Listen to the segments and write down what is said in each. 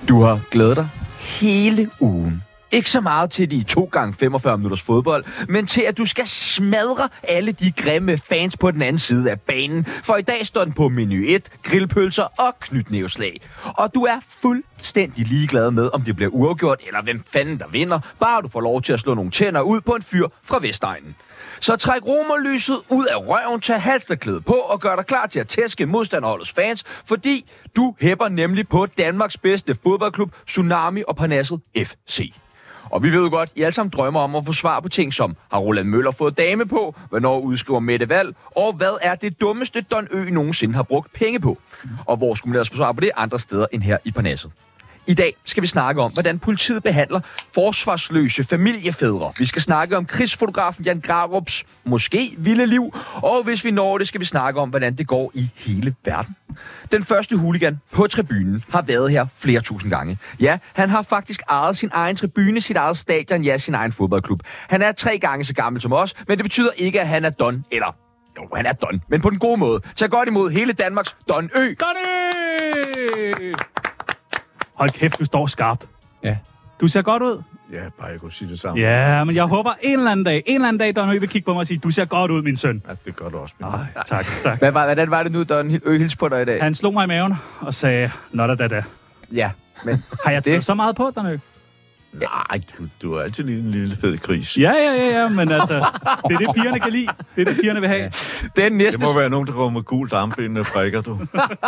Du har glædet dig hele ugen. Ikke så meget til de 2x45 minutters fodbold, men til at du skal smadre alle de grimme fans på den anden side af banen. For i dag står den på menu 1, grillpølser og knytnæveslag. Og du er fuldstændig ligeglad med, om det bliver uafgjort, eller hvem fanden der vinder, bare du får lov til at slå nogle tænder ud på en fyr fra Vestegnen. Så træk romerlyset ud af røven, tag halsterklædet på og gør dig klar til at tæske modstanderholdets fans, fordi du hæpper nemlig på Danmarks bedste fodboldklub, Tsunami og Parnasset FC. Og vi ved jo godt, I alle sammen drømmer om at få svar på ting som, har Roland Møller fået dame på, hvornår udskriver Mette Wall, og hvad er det dummeste Don Ø nogensinde har brugt penge på? Og hvor skulle man ellers få svar på det andre steder end her i Parnasset? I dag skal vi snakke om, hvordan politiet behandler forsvarsløse familiefædre. Vi skal snakke om krigsfotografen Jan Grarups måske vilde liv. Og hvis vi når det, skal vi snakke om, hvordan det går i hele verden. Den første hooligan på tribunen har været her flere tusind gange. Ja, han har faktisk ejet sin egen tribune, sit eget stadion, ja, sin egen fodboldklub. Han er 3 gange så gammel som os, men det betyder ikke, at han er Don, eller... Jo, han er Don, men på den gode måde. Tag godt imod hele Danmarks Don Ø. Don Ø! Hold kæft, du står skarpt. Ja. Du ser godt ud. Ja, bare jeg kunne sige det samme. Ja, men jeg håber en eller anden dag, Don Ø vil kigge på mig og sige, du ser godt ud, min søn. Ja, det gør du også, min Tak. Hvordan var det nu, Don Ø hilste på dig i dag? Han slog mig i maven og sagde, nå da. Ja, men... Har jeg taget så meget på, Don Ø? Nej, du er altid en lille fed gris. Ja, men altså, det er det, pigerne kan lide. Det er det, pigerne vil have. Ja. Det må være nogen, der går med gul armbind og frikker, du.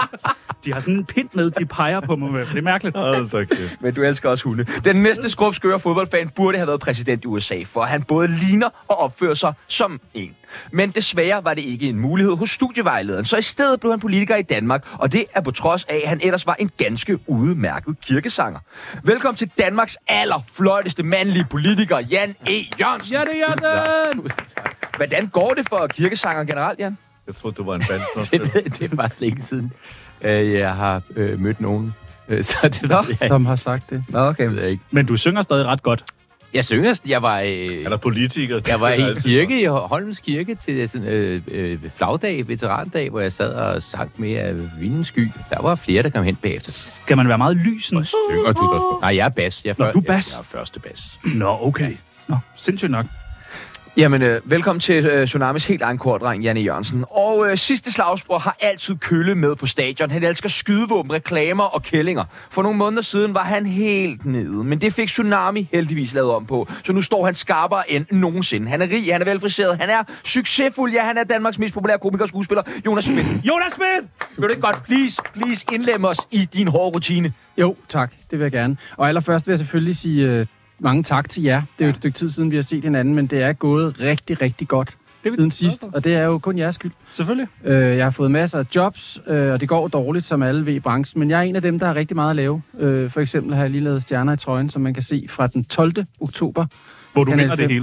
De har sådan en pind med, de peger på mig med. Det er mærkeligt. Men du elsker også hunde. Den næste skrubskøre fodboldfan burde have været præsident i USA, for han både ligner og opfører sig som en. Men desværre var det ikke en mulighed hos studievejlederen, så i stedet blev han politiker i Danmark, og det er på trods af, at han ellers var en ganske udmærket kirkesanger. Velkommen til Danmarks allerfløjteste mandlige politiker, Jan E. Jørgensen. Ja, det er den! Hvordan går det for kirkesanger generelt, Jan? Jeg troede, du var en band. det er faktisk længe siden, jeg har mødt nogen, så det ved jeg, som har sagt det. Nå, okay. ved jeg ikke. Men du synger stadig ret godt. Jeg synger, jeg var... Er der politikere? Jeg var i kirke, i Holmens Kirke, til sådan flagdag, veterandag, hvor jeg sad og sang med af Vindensky. Der var flere, der kom hen bagefter. Skal man være meget lysen? Synger du der? Nej, jeg er bas. Du er bas? Jeg er første bas. Nå, okay. Nå, sindssygt nok. Jamen, velkommen til Tsunamis helt egen kordreng, Jan E. Jørgensen. Og sidste slagsbror har altid kølle med på stadion. Han elsker skydevåben, reklamer og kællinger. For nogle måneder siden var han helt nede, men det fik Tsunami heldigvis lavet om på. Så nu står han skarpere end nogensinde. Han er rig, han er velfriseret, han er succesfuld. Ja, han er Danmarks mest populære komiker og skuespiller, Jonas Schmidt. Jonas Schmidt! Vil du ikke godt please indlemme os i din hårde rutine? Jo, tak. Det vil jeg gerne. Og allerførst vil jeg selvfølgelig sige mange tak til jer. Det er jo et stykke tid siden, vi har set hinanden, men det er gået rigtig, rigtig godt siden sidst. Og det er jo kun jeres skyld. Selvfølgelig. Jeg har fået masser af jobs, og det går dårligt, som alle ved i branchen. Men jeg er en af dem, der har rigtig meget at lave. For eksempel har jeg lige lavet stjerner i trøjen, som man kan se fra den 12. oktober. Hvor du vinder det hele.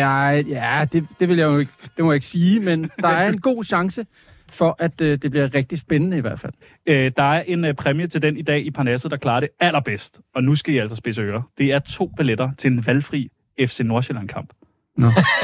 Ja, det vil jeg jo ikke, det må jeg ikke sige, men der er en god chance for, at det bliver rigtig spændende i hvert fald. Der er en præmie til den i dag i Parnasset, der klarer det allerbedst. Og nu skal I altså spidse ører. Det er 2 billetter til en valgfri FC Nordsjælland-kamp. Nå.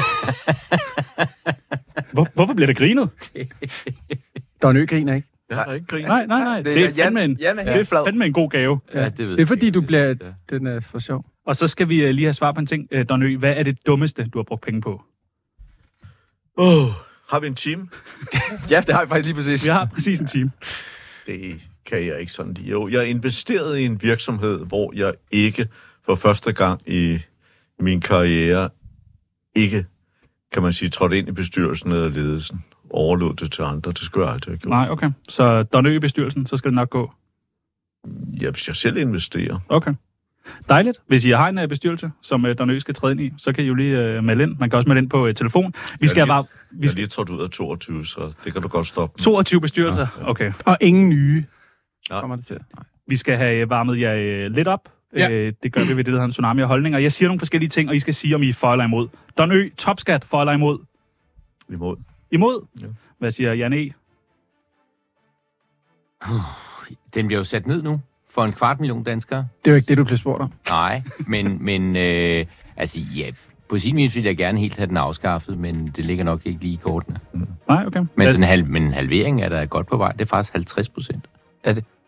Hvorfor bliver det grinet? Don Ø griner ikke. Jeg har ikke grinet. Nej. Det er fandme en god gave. Ja, det ved det er fordi, du bliver... Den er for sjov. Og så skal vi lige have svar på en ting. Don Ø, hvad er det dummeste, du har brugt penge på? Har vi en team? Ja, det har vi faktisk lige præcis. Vi har præcis en team. Det kan jeg ikke sådan lide. Jo, jeg investerede i en virksomhed, hvor jeg ikke for første gang i min karriere ikke, kan man sige, trådte ind i bestyrelsen eller ledelsen. Overlod det til andre. Det skulle jeg aldrig have gjort. Nej, okay. Så Don Ø i bestyrelsen, så skal det nok gå? Ja, hvis jeg selv investerer. Okay. Dejligt. Hvis I har en bestyrelse, som Don Ø skal træde ind i, så kan I jo lige melde ind. Man kan også melde ind på telefon. Jeg er lige trådt ud af 22, så det kan du godt stoppe. 22 bestyrelser? Ja. Okay. Og ingen nye kommer det til. Nej. Vi skal have varmet jer lidt op. Ja. Det gør vi ved det, der hedder en tsunami af holdninger. Jeg siger nogle forskellige ting, og I skal sige, om I er for eller imod. Don Ø, topskat, for eller imod? Imod. Imod? Ja. Hvad siger Jan E? Den bliver jo sat ned nu for 250.000 danskere. Det er jo ikke det, du bliver spurgt om. Nej, men altså ja, på sin vis vil jeg gerne helt have den afskaffet, men det ligger nok ikke lige i kortene. Nej, okay. Men sådan en halvering er der godt på vej. Det er faktisk 50%. Er det? Ja.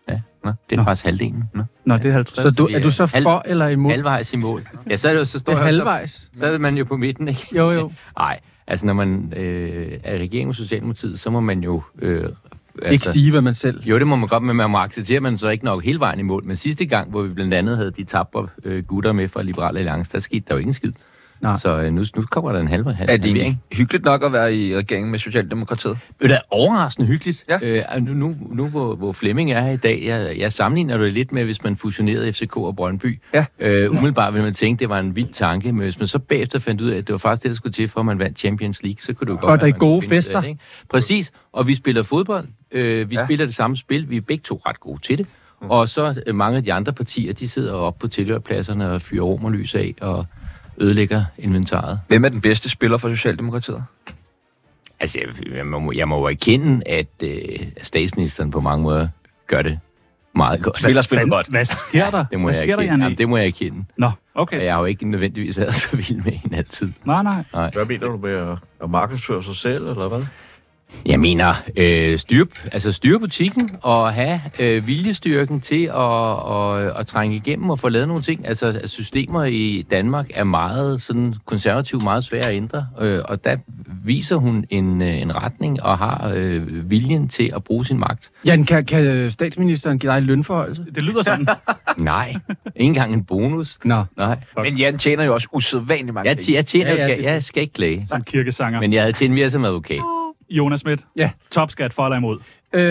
Det er faktisk halvdelen. Nå, det er 50. Så er du så for eller imod? Halvvejs i mål. Ja, så er det jo, så står Det er jeg jo halvvejs. så er man jo på midten, ikke? Jo. Nej, altså når man er i regeringen med Socialdemokratiet, så må man jo... Ikke sige, hvad man selv... Jo, det må man godt, men man må acceptere, at man så ikke nok hele vejen i mål. Men sidste gang, hvor vi blandt andet havde de tapre gutter med fra Liberal Alliance, der skete der jo ikke en skid. Nej. Så nu kommer der en halv Er det egentlig hyggeligt nok at være i regeringen med Socialdemokratiet? Det er overraskende hyggeligt. Ja. Nu hvor Flemming er her i dag, jeg sammenligner det lidt med, hvis man fusionerede FCK og Brøndby. Ja. Umiddelbart vil man tænke, det var en vild tanke, men hvis man så bagefter fandt ud af, at det var faktisk det, der skulle til, for at man vandt Champions League, så kunne det jo godt Og der er gode finde fester. det, ikke? Præcis, og vi spiller fodbold. Vi spiller det samme spil. Vi er begge to ret gode til det. Og så mange af de andre partier, de sidder oppe på tilhørpladserne og fyrer romerlys af og ødelægger inventaret. Hvem er den bedste spiller for Socialdemokratiet? Altså, jeg må jo erkende, at statsministeren på mange måder gør det meget godt. Spiller godt. Hvad sker der? Det må Hvad jeg sker der, erkende. Janne? Jamen, det må jeg erkende. Nå, okay. Jeg har jo ikke nødvendigvis været så vild med hende altid. Nej. Hvad mener du med at markedsføre sig selv, eller hvad? Jeg mener, styre butikken og have viljestyrken til at trænge igennem og få lavet nogle ting. Altså, systemer i Danmark er meget sådan konservativt, meget svære at ændre, og der viser hun en retning og har viljen til at bruge sin magt. Jan, kan statsministeren give dig en lønforhøjelse? Det lyder sådan. Nej, ikke engang en bonus. Nå. Nej. Men Jan tjener jo også usædvanligt mange penge. Jeg tjener jeg skal ikke klage. Som kirkesanger. Men jeg havde tjent mere som advokat. Jonas Schmidt. Ja. Topskat for eller imod.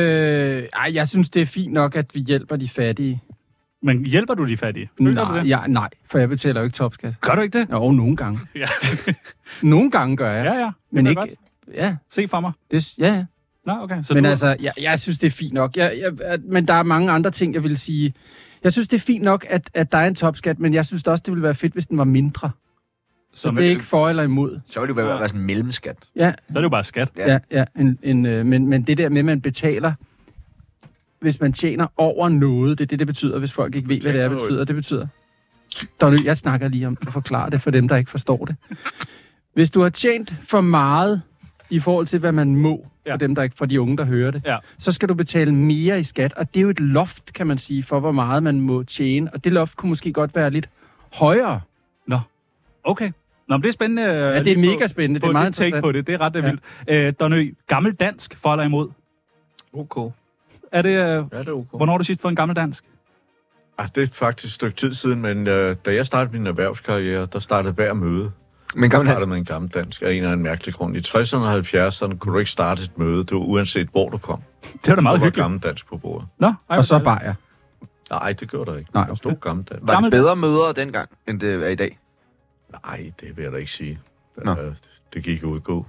Jeg synes, det er fint nok, at vi hjælper de fattige. Men hjælper du de fattige? Føler du det? Nej, for jeg betaler jo ikke topskat. Gør du ikke det? Jo, nogle gange. Ja. Nogle gange gør jeg. Ja. Men ikke... Godt. Ja. Se for mig. Ja. Nå, okay. Så Men du... altså, jeg synes, det er fint nok. Men der er mange andre ting, jeg vil sige. Jeg synes, det er fint nok, at der er en topskat, men jeg synes også, det ville være fedt, hvis den var mindre. Så det er ikke for eller imod. Så vil det jo være sådan en mellemskat. Ja. Så er det jo bare skat. Ja. Men det der med, at man betaler, hvis man tjener over noget, det er det betyder, hvis folk ikke ved, hvad det er, betyder. Det betyder... Jeg snakker lige om at forklare det for dem, der ikke forstår det. Hvis du har tjent for meget i forhold til, hvad man må, for dem, der ikke, for de unge, der hører det, så skal du betale mere i skat. Og det er jo et loft, kan man sige, for hvor meget man må tjene. Og det loft kunne måske godt være lidt højere. Nå, okay. Nå, men det er spændende. Ja, det er mega spændende. Det er meget interessant. På det. Det er ret vildt. Donø, gammel dansk for eller imod? Okay. Er det, det er okay. Hvornår har du sidst fået en gammel dansk? Det er faktisk et stykke tid siden, men da jeg startede min erhvervskarriere, der startede hver møde. Men der startede med en gammel dansk af en eller anden mærkelig grund. I 60'erne og 70'erne kunne du ikke starte et møde. Det var uanset hvor du kom. Det var da meget hyggeligt. Der var gammel dansk på bordet. Nå, og så bajer. Nej, det gjorde der ikke. Nej, der stod gammel dansk. Var det bedre møder dengang, end det er i dag? Nej, det vil jeg da ikke sige. Nå. Det gik ud gå.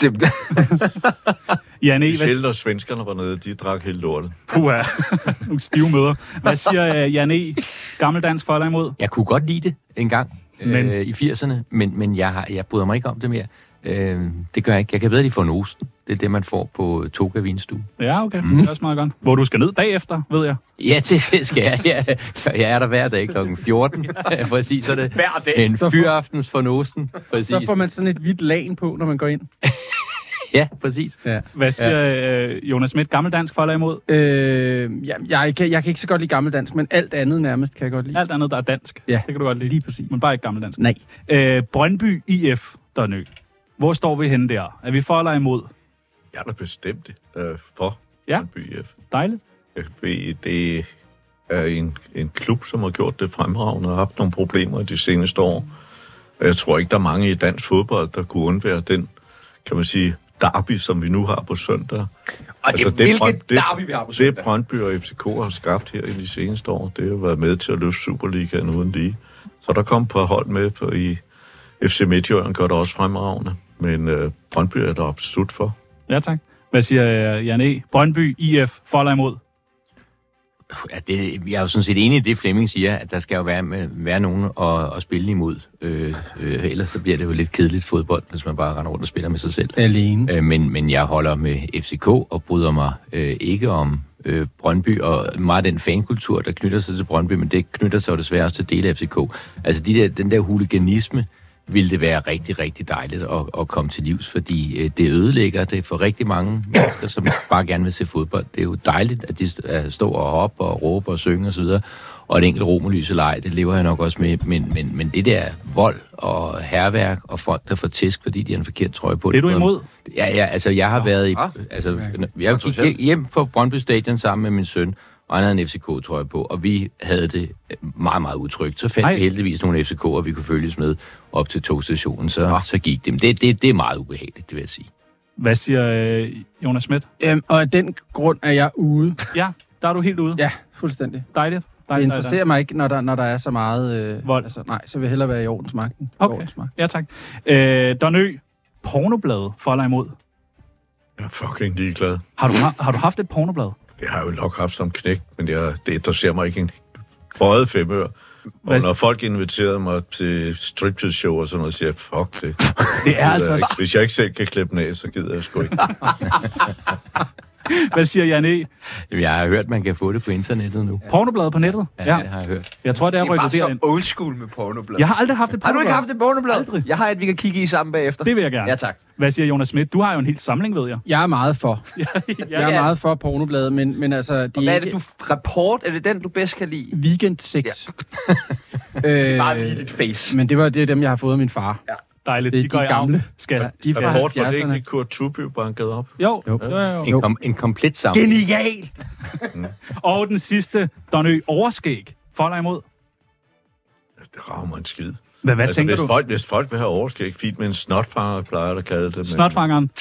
Janne, selv når svenskerne var nede, de drak helt lortet. Puha, nogle stive møder. Hvad siger Janne? Gammel dansk for eller imod? Jeg kunne godt lide det engang i 80'erne, men jeg bryder mig ikke om det mere. Det gør jeg ikke. Jeg kan bedre lide von Osten. Det er det, man får på Toga Vinstue. Ja, okay. Det er også meget godt. Hvor du skal ned bagefter, ved jeg. Ja, det skal jeg. Jeg er der hver dag kl. 14. Præcis, så er det hver dag. En fyraftens von Osten. Præcis. Så får man sådan et hvidt lagen på, når man går ind. Ja, præcis. Ja. Hvad siger Jonas Schmidt? Gammeldansk for eller imod? Jeg kan ikke så godt lide gammeldansk, men alt andet nærmest kan jeg godt lide. Alt andet, der er dansk? Ja. Det kan du godt lide? Lige præcis. Men bare ikke gammeldansk? Nej. Brøndby IF, der er ny. Hvor står vi henne der? Er vi for eller imod? Jeg er da bestemt for Brøndby IF. Dejligt. Det er en klub, som har gjort det fremragende og haft nogle problemer de seneste år. Og jeg tror ikke, der er mange i dansk fodbold, der kunne undvære den, kan man sige, derby, som vi nu har på søndag. Og hvilket derby vi har på søndag? Det Brøndby og FCK har skabt her i de seneste år, det har været med til at løfte Superligaen uden lige. Så der kom på hold med i FC Midtjylland, gør det også fremragende. Men Brøndby er der absolut for. Ja, tak. Hvad siger Jan E? Brøndby, IF, for eller imod? Ja, jeg er jo sådan set enig i det, Flemming siger, at der skal jo være nogen at spille imod. Ellers så bliver det jo lidt kedeligt fodbold, hvis man bare render rundt og spiller med sig selv. Alene. Men jeg holder med FCK og bryder mig ikke om Brøndby og meget den fankultur, der knytter sig til Brøndby, men det knytter sig jo desværre også til dele af FCK. Altså den der huliganisme, ville det være rigtig, rigtig dejligt at komme til livs, fordi det ødelægger det for rigtig mange mennesker, som bare gerne vil se fodbold. Det er jo dejligt, at de står og hopper og råber og synger osv., og et enkelt romerlys leg, det lever jeg nok også med, men det der vold og hærværk og folk, der får tæsk, fordi de har en forkert trøje på. Det er du imod? Ja, altså jeg har været i... Altså, jeg gik hjem fra Brøndby Stadion sammen med min søn, og han havde en FCK-trøje på, og vi havde det meget, meget utrygt. Så fandt vi heldigvis nogle FCK'er, vi kunne følges med op til togstationen, så gik det. Men det er meget ubehageligt, det vil jeg sige. Hvad siger Jonas Schmidt? Og af den grund er jeg ude. Ja, der er du helt ude. Ja, fuldstændig. Dejligt. Det interesserer mig ikke, når der er så meget... vold. Altså, nej, så vil jeg hellere være i ordensmagten. Okay, ja tak. Don Ø, pornobladet for eller imod? Jeg er fucking ligeglad. Har du haft et pornoblad? Det har jeg jo nok haft som knægt, men det interesserer mig ikke en røget 5 øre. Og når folk inviterede mig til striptease-show og sådan noget, siger jeg, fuck det. Det er altså... Hvis jeg ikke selv kan klippe den af, så gider jeg sgu ikke. Hvad siger Jan E? Jamen, jeg har hørt, man kan få det på internettet nu. Pornobladet på nettet? Ja, det har jeg hørt. Jeg tror, det er rykket derind. Det er bare så old school med pornoblad. Jeg har aldrig haft et pornoblad. Har du ikke haft et pornoblad? Aldrig. Jeg har et, vi kan kigge i sammen bagefter. Det vil jeg gerne. Ja, tak. Hvad siger Jonas Schmidt? Du har jo en hel samling, ved jeg. Jeg er meget for. Jeg er meget for pornobladet, men altså... Og hvad er det, Rapport? Er det den, du bedst kan lide? Weekend 6. Ja. Bare lige dit face. Men det er dem, jeg har fået af min far. Ja. Dejligt. Det er de går de gamle. i skat. Ja, de fra Rapport, var det 70'erne. ikke Kurt Tuby banket op? Jo. En komplet samling. Genialt! Og den sidste, Don Ø, overskæg. For eller imod? Det rager mig en skid. Hvad tænker du? Hvis folk vil have overskæg, fint med en snotfanger, plejer jeg at kalde det. Snotfangeren.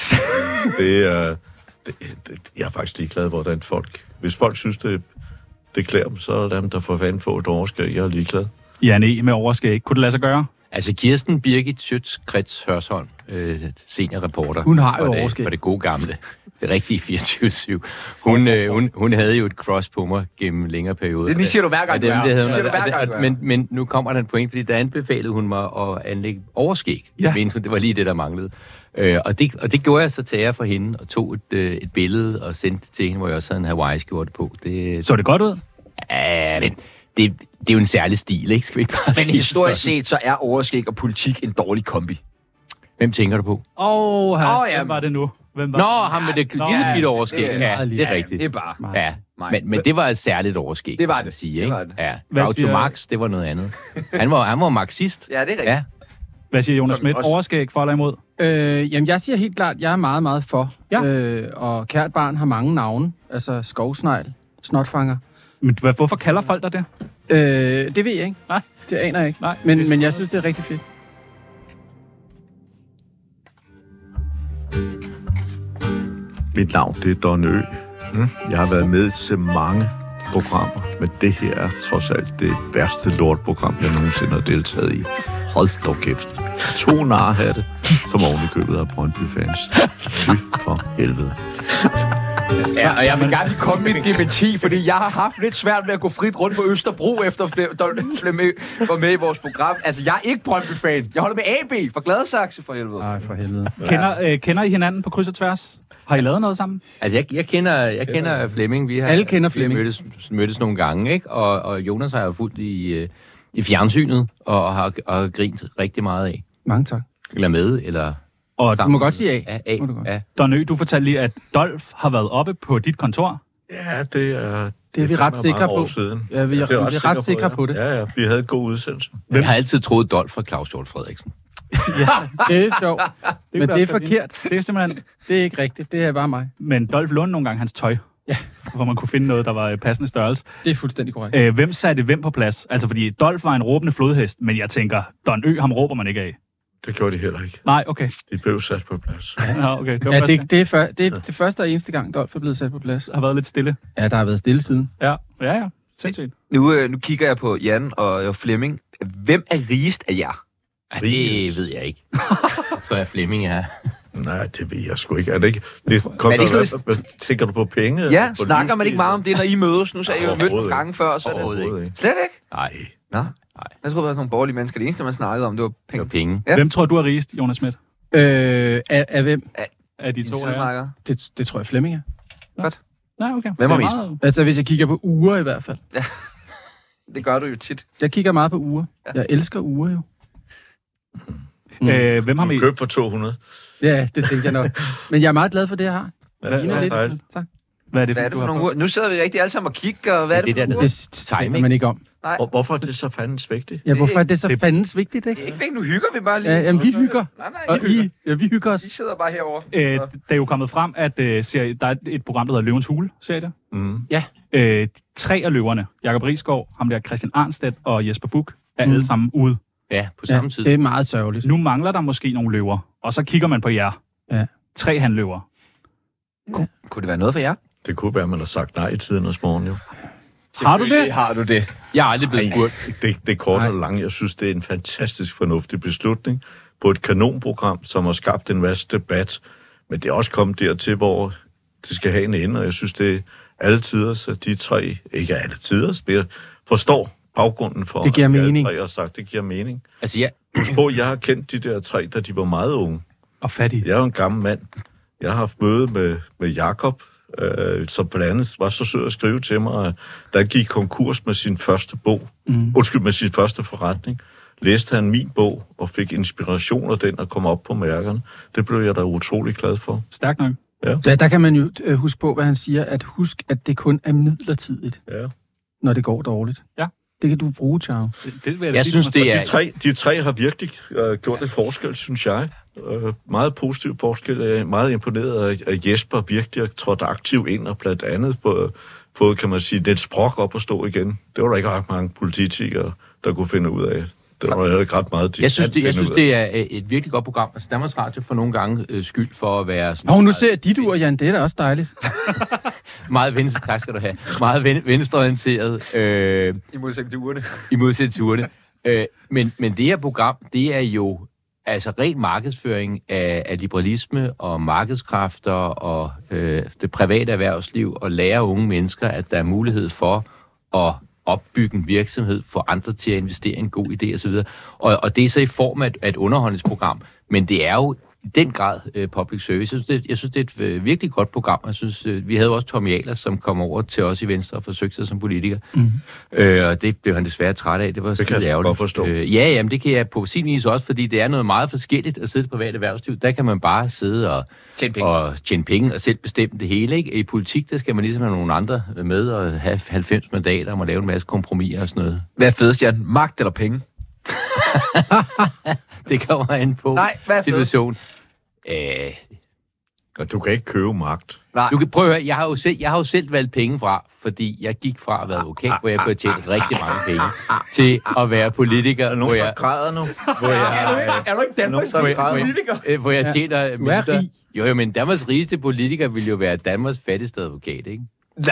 Jeg er faktisk ligeglad, hvordan folk... Hvis folk synes, det klæder dem, så er der dem, der får fanden få et overskæg. Jeg er ligeglad. Jan E. med overskæg. Kunne det lade sig gøre? Altså Kirsten Birgit Schøtz-Krets Hørsholm, seniorreporter. Hun har jo overskæg. For det gode gamle. Det rigtige 24/7. Hun havde jo et cross på mig gennem længere perioder. Det siger du hver gang, men nu kommer der en point, fordi der anbefalede hun mig at anlægge overskæg. Ja. Det var lige det, der manglede. Og det gjorde jeg så til ære for hende, og tog et billede og sendte det til hende, hvor jeg også havde en Hawaii-skjorte på. Så det godt ud? Ja, men det er jo en særlig stil, ikke? Skal vi ikke bare Men sige historisk sådan? set, så er overskæg og politik en dårlig kombi. Hvem tænker du på? Hvem var det nu? Hvem var Nå, ham med det lille bitte overskæg. Ja, det er rigtigt. Det er bare... Ja, men det var et særligt overskæg. Det var kan man det. sige, Det ikke? var det. Ja. Hvad Groucho siger- Marx, det var noget andet. Han var marxist. Ja, det er rigtigt. Ja. Hvad siger Jonas Som Schmidt? også- Overskæg for eller imod? Jamen, jeg siger helt klart, jeg er meget, meget for. Ja. Og kært barn har mange navne. Altså skovsnegl, snotfanger. Men hvorfor kalder folk dig det? Det ved jeg ikke. Nej. Det aner jeg ikke. Nej, Men jeg synes, det er rigtig fedt. Mit navn, det er Don Ø. Jeg har været med til mange programmer, men det her er trods alt det værste lortprogram, jeg nogensinde har deltaget i. Hold dog kæft. 2 narhatte, som oven i købet af Brøndby-fans. Fy for helvede. Ja, og jeg vil gerne komme med en dementi, fordi jeg har haft lidt svært med at gå frit rundt på Østerbro, efter Flemming var med i vores program. Altså, jeg er ikke Brøndby-fan. Jeg holder med AB fra Gladsaxe, for helvede. Nej, for helvede. Kender I hinanden på kryds og tværs? Har I lavet noget sammen? Altså, jeg kender Flemming. Vi har, Alle kender Flemming. Vi har mødtes nogle gange, ikke? Og Jonas har jeg fulgt i fjernsynet, og har grint rigtig meget af. Mange tak. Eller med, eller... Og Du må godt sige A. Ja, Må du godt. ja. Don Ø, du fortalte lige, at Dolf har været oppe på dit kontor. Ja, det er... Det er vi ret sikre på. Siden. Ja, vi er ret sikre på det. Ja, vi havde en god udsendelse. Jeg har altid troet Dolf fra Claus Hjort Frederiksen. Det er sjovt. Men det er Det forkert. Det er simpelthen... Det er ikke rigtigt. Det er bare mig. Men Dolf lånte nogle gange hans tøj. Ja. Hvor man kunne finde noget, der var passende størrelse. Det er fuldstændig korrekt. Hvem satte hvem på plads? Altså, fordi Dolf var en råbende flodhest, men jeg tænker, Don Ø, ham råber man ikke af. Det gjorde de heller ikke. Nej, okay. De blev sat på plads. Ja, okay. Ja, det er det første og eneste gang, Dolf er blevet sat på plads. har været lidt stille. Ja, der har været stille siden. Ja. Sindssygt. Nu kigger jeg på Jan og Flemming. Hvem er rigest af jer? Ja, det ved jeg ikke. Jeg tror, jeg Flemming er. Nej, det ved jeg sgu ikke. Er det ikke? Det tænker du på penge? Ja, på snakker man ikke meget om det, når I mødes? Nu sagde jeg jo mødt nogle gange før. Så Overhovedet ikke. Slet ikke? Nej, Nå. Jeg tror, det var sådan nogle borgerlige mennesker. Det eneste, man snakkede om, det var det penge. var penge. Ja. Hvem tror du er rigest, Jonas Schmidt? Af hvem? Af de Dine to af jer? sidemarkeder. Det tror jeg Flemming er. Nej, okay. Hvem er Det mest? meget- Altså, hvis jeg kigger på uger i hvert fald. Det gør du jo tit. Jeg kigger meget på uger. Jeg elsker uger jo. Hvem har med? Køb for 200. Ja, det tænker jeg nok. Men jeg er meget glad for det, jeg har. Ja, det er dejligt. Tak. Hvad er det, Hvad er det du for har nogle på? uger? Nu sidder vi rigtig alle sammen og kigger, og hvad er det Det for der, nogle uger? Det taler man ikke om. Hvorfor er det så fandens vigtigt? Ja, hvorfor er det så fandens vigtigt, ikke? Ikke væk, nu hygger vi bare lige. Ja, jamen, vi hygger. Nej, vi hygger os. I sidder bare herovre. Det er jo kommet frem, at der er et program, der hedder Løvens Hule, ser I det? Mm. Ja. 3 af løverne, Jakob Risgaard, ham der Christian Arnstedt og Jesper Buch, er alle sammen ude. Ja, på samme tid. Det er meget sørgeligt. Nu mangler der måske nogle løver, og så kigger man på jer. Ja. 3 hanløver. Kunne det være noget for jer? Det kunne være, at man har sagt nej i tidernes morgen, jo. Har du det? Har du det? Jeg er aldrig blevet spurgt. Det er kort og langt. Jeg synes, det er en fantastisk fornuftig beslutning på et kanonprogram, som har skabt en masse debat. Men det er også kommet dertil, hvor det skal have en ende, og jeg synes, det er alle tider, så de 3, ikke alle tider, men jeg forstår baggrunden for, det giver at mening. alle 3 har sagt, det giver mening. Altså, ja. Husk på, jeg har kendt de der 3, da de var meget unge. Og fattige. Jeg er jo en gammel mand. Jeg har haft møde med Jakob, som blandt andet var så sød at skrive til mig, da han gik konkurs med sin første bog. Med sin første forretning. Læste han min bog og fik inspiration af den og kom op på mærkerne. Det blev jeg da utrolig glad for. Stærkt nok. Så der kan man jo huske på, hvad han siger, at husk, at det kun er midlertidigt, Ja. når det går dårligt. Ja. Det kan du bruge, Charles. Det vil jeg Jeg sige, synes, du må det er... De tre har virkelig gjort et forskel, synes jeg. Meget positiv forskel. Jeg er meget imponeret af Jesper virkelig har trådt aktivt ind og blandt andet fået, kan man sige, lidt sprog op at stå igen. Det var der ikke ret mange politikere, der kunne finde ud af. Det var heller ikke ret meget. Jeg synes, det er et virkelig godt program. Altså, Danmarks Radio får nogle gange skyld for at være... Sådan nu ser jeg dit ur, Jan. Det er da også dejligt. Meget venstre, tak skal du have. Meget venstreorienteret. I modsætning til urene. I modsætning til urene. Men det her program, det er jo altså ren markedsføring af liberalisme og markedskræfter og det private erhvervsliv og lære unge mennesker, at der er mulighed for at opbygge en virksomhed, få andre til at investere i en god idé osv. Og det er så i form af et underholdningsprogram, men det er jo i den grad public service. Jeg synes, det er et virkelig godt program. Jeg synes, vi havde også Tommy Ahlers, som kom over til os i Venstre og forsøgte sig som politiker. Og det blev han desværre træt af. Det var skide ærgerligt. Godt forstå. Jamen, det kan jeg på sin vis også, fordi det er noget meget forskelligt at sidde i det private erhvervsliv. Der kan man bare sidde og tjene penge og selv bestemme det hele. Ikke? I politik, der skal man ligesom have nogle andre med og have 90 mandater og lave en masse kompromiser og sådan noget. Hvad er fedest, Jan? Magt eller penge? Det kommer an på situationen. Du kan ikke købe magt. Du kan prøve at høre, jeg har jo selv valgt penge fra, fordi jeg gik fra at være advokat, hvor jeg kunne tjene rigtig mange penge, til at være politiker, Er der nogen, der græder nu? Er du ikke Danmarks politiker? hvor jeg tjener Du er mindre. rig. Jo, men Danmarks rigeste politiker vil jo være Danmarks fattigste advokat, ikke? Nej.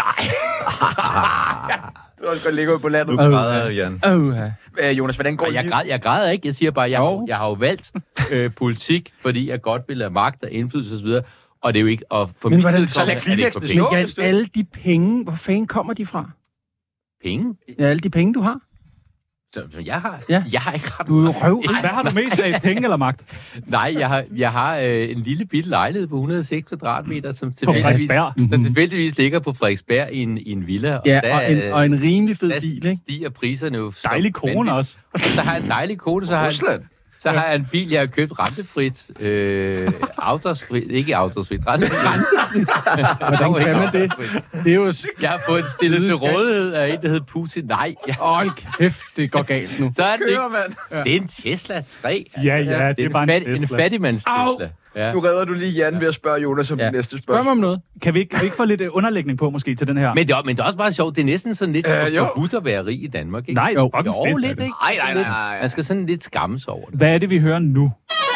Du har også godt ligget ude på landet. Nu græder Jan. Jonas, hvordan går det? Jeg græder ikke. Jeg siger bare, jeg har jo valgt politik, fordi jeg godt vil have magt og indflydelse osv. Og det er jo ikke... Og for Men mit hvordan- vedkommende så lad er det ikke for klimaksen penge. stå. Jan, alle de penge, hvor fanden kommer de fra? Penge? Ja, alle de penge, du har. Så jeg har, Ja. jeg har ikke ret Du er jo meget. røv. Hvad har du mest af, penge eller magt? Nej, jeg har en lille bitte lejlighed på 106 kvadratmeter, som På Frederiksberg. tilfældigvis ligger på Frederiksberg i en villa. Og Ja, der, og en rimelig fed der bil, ikke? stiger priserne jo. så Dejlig kone vanvittigt. også. Så har jeg en dejlig kone, så har jeg, Rusland. så har jeg en bil, jeg har købt rentefrit. Afdragsfrit, ikke afdragsfrit, rentefrit. Hvordan kan man det? Det er jo... Jeg har fået stillet til rådighed af en, der hedder Putin. Nej, Hold kæft, det går galt nu. så er det ikke. Kører, mand. Det er en Tesla 3. Ja, det er bare en en Tesla. fattigmands Au! Tesla. Ja. Nu redder du lige Jan ved at spørge Jonas om Ja. det næste Spørg spørgsmål. mig om noget. Kan vi ikke få lidt underlægning på, måske, til den her? Men det er også meget sjovt. Det er næsten sådan lidt Jo. forbudt at være rig i Danmark, ikke? Nej, Jo. fucking Jo, fedt, er lidt, det. ikke? Nej. Man skal sådan lidt skamme sig over det. Hvad er det, vi hører nu?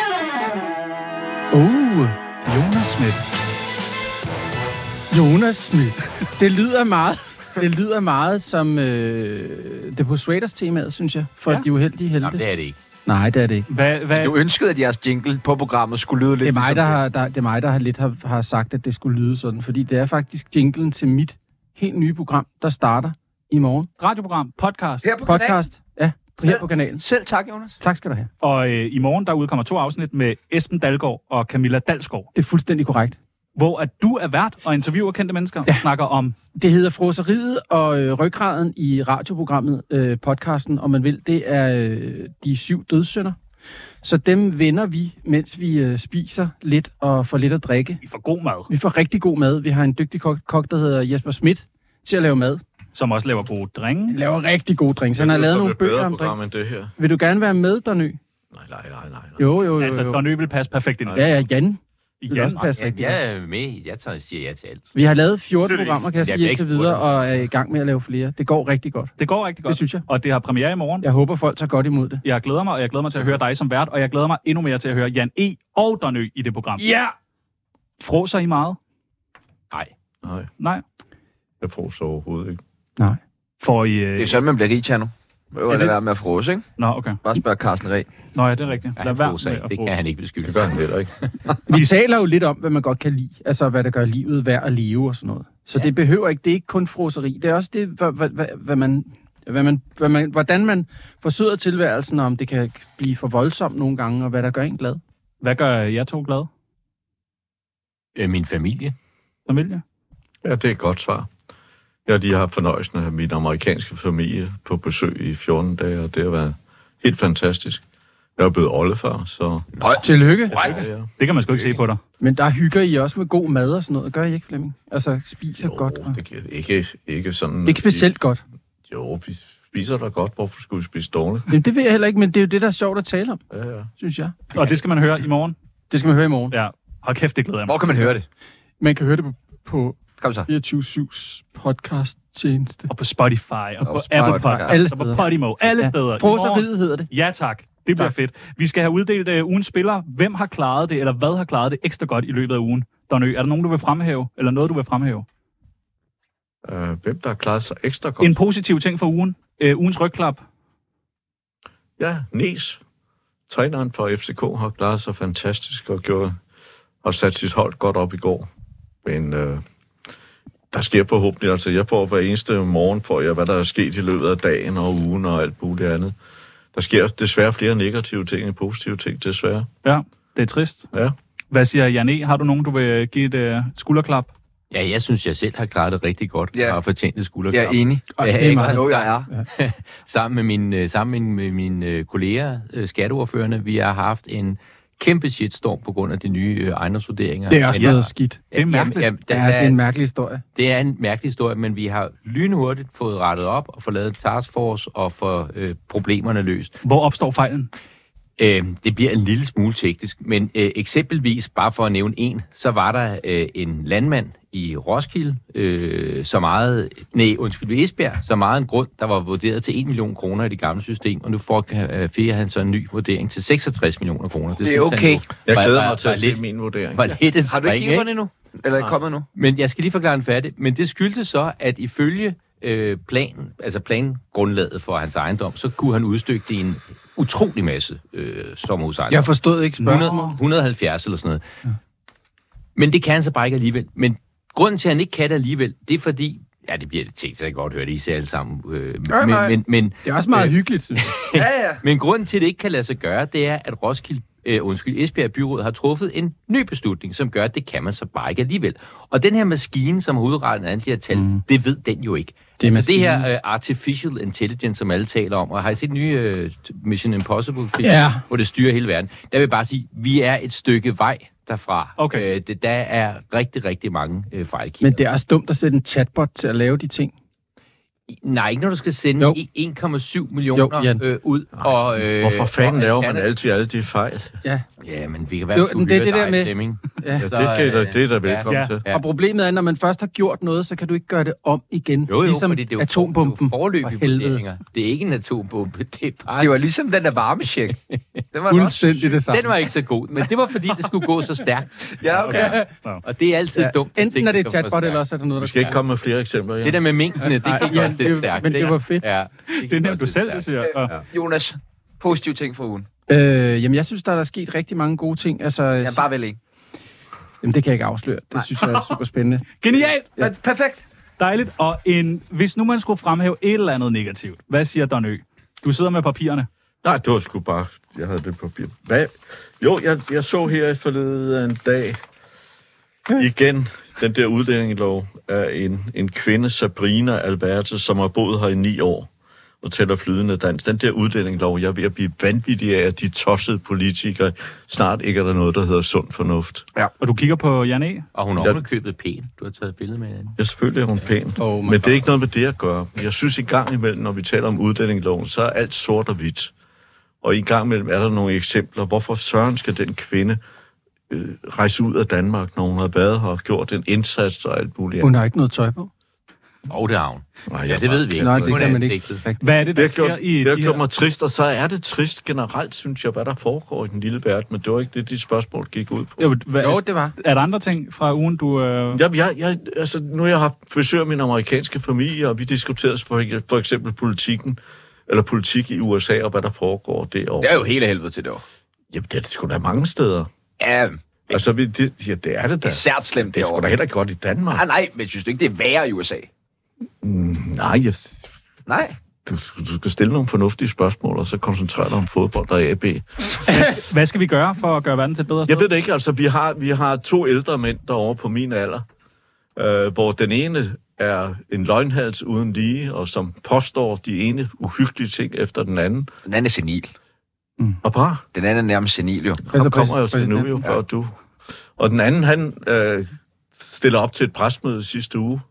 Jonas Schmidt. Jonas Schmidt. Det lyder meget som det Persuaders-temaet, synes jeg, for de uheldige helte. Jamen, det er det ikke. Nej, det er det ikke. Hvad? Du ønskede, at jeres jingle på programmet skulle lyde lidt Det er mig, ligesom det er mig, der har sagt, at det skulle lyde sådan, fordi det er faktisk jinglen til mit helt nye program, der starter i morgen. Radioprogram, podcast. Her på kanalen. Podcast, ja, her på kanalen. Selv tak, Jonas. Tak skal du have. Og i morgen, der udkommer 2 afsnit med Esben Dalgaard og Camilla Dalsgaard, Det er fuldstændig korrekt. hvor at du er vært og interviewer kendte mennesker og snakker om... Det hedder Froseriet og ryggraden i radioprogrammet, podcasten, om man vil. Det er de 7 dødssynder. Så dem vender vi, mens vi spiser lidt og får lidt at drikke. I får god mad, Vi får rigtig god mad. Vi har en dygtig kok, der hedder Jesper Schmidt, til at lave mad. som også laver gode dringe. Han laver rigtig gode drinks. Han har lavet nogle bøger om program drinks. end det her. Vil du gerne være med, Donø? Nej. Jo. Altså, Donø vil passe perfekt ind. Ja, Jan. Det Jan, også passe rigtig godt. Jeg er med. Jeg siger ja til alt. Vi har lavet 14 Tydeligvis. programmer, kan jeg Jeg sige, bliver indtil ikke videre, spurgt. og er i gang med at lave flere. Det går rigtig godt. Det går rigtig godt. Det synes jeg. Og det har premiere i morgen. Jeg håber, folk tager godt imod det. Jeg glæder mig, og jeg glæder mig til at høre dig som vært, og jeg glæder mig endnu mere til at høre Jan E. og Donø i det program. Ja! Fråser I meget? Nej, Nej. jeg får så overhovedet ikke. Nej. Får I... Det er sådan, man bliver rig, Tjerno. Må jo det- lade være med at frose, ikke? Nå, okay. Bare spørg Carsten Ræ. Nå ja, det er rigtigt. Ja, Lad være sig. med at Det få- kan han ikke beskylde. Det gør han heller ikke. Vi taler jo lidt om, hvad man godt kan lide. Altså, hvad der gør livet værd at leve og sådan noget. Så det behøver ikke, det er ikke kun froseri. Det er også det, hvordan man forsøger tilværelsen, om det kan blive for voldsomt nogle gange, og hvad der gør en glad. Hvad gør jer to glade? Min familie. Familie? Ja, det er et godt svar. Jeg har lige haft fornøjelsen af min amerikanske familie på besøg i 14 dage, og det har været helt fantastisk. Jeg er blevet oldefar, så... Tillykke. Ja. Det kan man sgu ikke se på dig. Men der hygger I også med god mad og sådan noget. Gør I ikke, Flemming? Altså, spiser godt. Og... det giver ikke sådan... Ikke specielt godt. Jo, vi spiser da godt. Hvorfor skulle vi spise dårligt? Det ved jeg heller ikke, men det er jo det, der er sjovt at tale om, Ja. synes jeg. Og det skal man høre i morgen. Det skal man høre i morgen. Ja, hold kæft, det glæder jeg mig. Hvor kan man høre det? Man kan høre det på Kom så. 24/7's podcast-tjeneste. Og på Spotify, og på Spotify, Apple Podcast, alle og på steder. Podimo, alle steder. I morgen. Froseriet hedder det. Ja tak, det bliver Tak. fedt. Vi skal have uddelt ugens spiller. Hvem har klaret det, eller hvad har klaret det ekstra godt i løbet af ugen? Donø, er der nogen, du vil fremhæve, eller noget, du vil fremhæve? Hvem der har klaret sig ekstra godt? En positiv ting for ugen. Ugens rygklap. Ja, Nies. Træneren for FCK har klaret sig fantastisk og sat sit hold godt op i går. Men der sker forhåbentlig, altså jeg får hver eneste morgen, får jeg, hvad der er sket i løbet af dagen og ugen og alt muligt andet. Der sker desværre flere negative ting end positive ting, desværre. Ja, det er trist. Ja. Hvad siger Jan E? Har du nogen, du vil give et skulderklap? Ja, jeg synes, jeg selv har klaret det rigtig godt. Ja. Og har fortjent et Jeg skulderklap. er enig. Og Ja, det er ikke meget. Jo, jeg er. Sammen med mine kolleger, skatteordførerne, vi har haft en kæmpe shitstorm på grund af de nye ejendomsvurderinger. Det er også Men- noget skidt. Det er mærkeligt. Det er en mærkelig historie. Det er en mærkelig historie, men vi har lynhurtigt fået rettet op og fået lavet en taskforce og få problemerne løst. Hvor opstår fejlen? Det bliver en lille smule teknisk, men eksempelvis, bare for at nævne en, så var der en landmand i Roskilde, ved Esbjerg, så meget en grund, der var vurderet til 1 million kroner i det gamle system, og nu får han så en ny vurdering til 66 millioner kroner. Det er okay. Jeg Var- glæder var- mig til var at se lidt- min vurdering. Var lidt et Har du ikke spring, kigget på det endnu? Eller er I kommet nu? Men jeg skal lige forklare den færdig. Men det skyldtes så, at ifølge plangrundlaget for hans ejendom, så kunne han udstykke det i en utrolig masse sommerhusejendom. Jeg forstod ikke spørgsmålet. 170 eller sådan noget. Ja. Men det kan han så bare ikke alligevel. Men grunden til, at han ikke kan det alligevel, det er fordi... Ja, det bliver lidt tænkt, så jeg kan godt høre det, I ser alle sammen. nej. Men Det er også meget hyggeligt, synes jeg. Ja. men grunden til, at det ikke kan lade sig gøre, det er, at Esbjerg Byråd har truffet en ny beslutning, som gør, at det kan man så bare ikke alligevel. Og den her maskine, som hovedretten af de her tal, det ved den jo ikke. Det er altså det maskinen. her artificial intelligence, som alle taler om, og har I set nye Mission Impossible film, Ja. hvor det styrer hele verden? Der vil jeg bare sige, vi er et stykke vej derfra. Okay. Der er rigtig, rigtig mange fejlkilder. Men det er også dumt at sætte en chatbot til at lave de ting. Nej, ikke når du skal sende Jo. 1,7 millioner Jan. ud. Og, Hvorfor fanden og laver man alternativ- altid alle de fejl? Ja. Ja, men vi kan være Jo, skulle det er hyre det der dig, med- Flemming. Ja. Ja, det er der velkommen Ja. til. Ja. Og problemet er, når man først har gjort noget, så kan du ikke gøre det om igen. Jo, ligesom fordi det er jo atombomben. forløbige For helvede. vurderinger. Det er ikke en atombombe, det er bare... Det var ligesom den der varmesjek. Den var også... Fuldstændig det samme. Den var ikke så god, men det var fordi, det skulle gå så stærkt. Ja, okay. Og det er altid dumt. at Enten ting er det et går for chatbot, stærkt. eller også er der noget, der Vi skal ikke komme med flere eksempler. Ja. Det der med minkene, det Nej, gik ja, også lidt det- stærkt. men det ikke? var fedt. Ja, Det er nemt, du selv det siger. Ja. Jonas, positiv ting for ugen. Jamen, jeg synes, der er sket rigtig mange gode ting. Altså, Ja, bare vel ikke. jamen, det kan jeg ikke afsløre. Det synes jeg er super spændende. Genialt! Ja. Perfekt. Dejligt. Og hvis nu man skulle fremhæve et eller andet negativt, hvad siger Donø? Du sidder med papirerne. Nej, det var sgu bare... Jeg havde det papir. Hvad? Jo, jeg så her forleden dag igen den der udlændingelov af en kvinde, Sabrina Alberte, som har boet her i 9 år. og taler flydende dansk. Den der udlændingelov, jeg er ved at blive vanvittig af, at de tossede politikere. Snart ikke er der noget, der hedder sund fornuft. Ja. Og du kigger på Jan E. Og hun har ovenikøbet pæn. Du har taget et billede med hende. Ja, selvfølgelig er hun pæn. Men det er ikke noget med det at gøre. Jeg synes, i gang imellem, når vi taler om udlændingeloven, så er alt sort og hvidt. Og i gang imellem er der nogle eksempler. Hvorfor søren skal den kvinde rejse ud af Danmark, når hun har været her og gjort en indsats og alt muligt? Hun har ikke noget tøj på. Det har hun. Nej, Ja, det ved vi ikke. Nej, det kan man ikke. Hvad er det, der sker i det har de gjort her... mig trist, og så er det trist generelt, synes jeg, hvad der foregår i den lille verden, men det var ikke det, dit spørgsmål gik ud på. Jo, det var. Er der andre ting fra ugen, du... Altså, nu har jeg haft besøg af min amerikanske familie, og vi diskuterede for eksempel politik i USA, og hvad der foregår derovre. Det er jo hele helvede til det år. Jamen, det er det sgu da mange steder. Ja, Altså, det er det da. det er sært slemt Det er sgu derovre. da heller ikke godt i Danmark. Nej, men synes du ikke, det er værre i USA? Nej, Nej. du skal stille nogle fornuftige spørgsmål, og så koncentrere dig om fodbold og AB. Hvad skal vi gøre for at gøre verden til et bedre sted? Jeg ved det ikke, altså vi har 2 ældre mænd derovre på min alder, hvor den ene er en løgnhals uden lige, og som påstår de ene uhyggelige ting efter den anden. Den anden er senil. Og bare, Den anden er nærmest senil, jo. han kommer jo til nu jo, før du. Og den anden, han stiller op til et presmøde sidste uge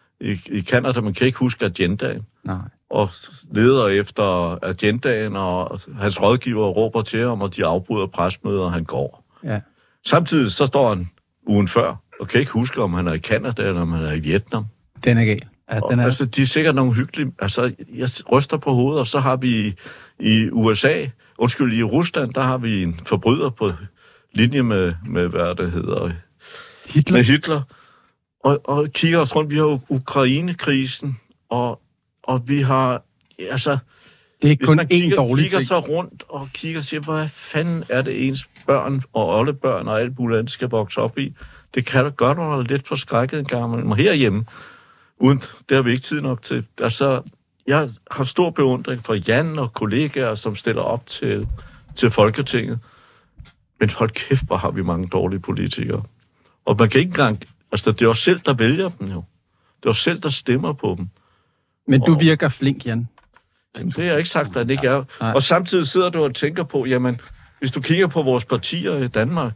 i Canada, man kan ikke huske agendaen. Nej. Og leder efter agendaen, og hans rådgiver råber til ham, og de afbryder presmødet, og han går. Ja. Samtidig så står han ugen før, og kan ikke huske, om han er i Canada, eller om han er i Vietnam. Den er gal. Ja, den er... Altså, de er sikkert nogle hyggelige... Altså, jeg ryster på hovedet, og så har vi i Rusland, der har vi en forbryder på linje med hvad det hedder... Hitler. Med Hitler. Og kigger os rundt. Vi har jo Ukraine-krisen, og vi har... Altså, Det er ikke hvis kun man én dårlig kigger ting. så rundt og kigger og siger, hvad fanden er det ens børn og oldebørn og alt muligt andet skal vokse op i? Det kan du gøre, når du er lidt forskrækket en gang imellem. Og herhjemme, det har vi ikke tid nok til. Altså, jeg har stor beundring for Jan og kollegaer, som stiller op til Folketinget. Men hold kæft, hvor har vi mange dårlige politikere. Og man kan ikke engang... Altså, det er os selv, der vælger dem jo. Det er os selv, der stemmer på dem. Men du virker flink, Jan. Det har jeg ikke sagt, at det ikke er. Nej. Og samtidig sidder du og tænker på, jamen, hvis du kigger på vores partier i Danmark,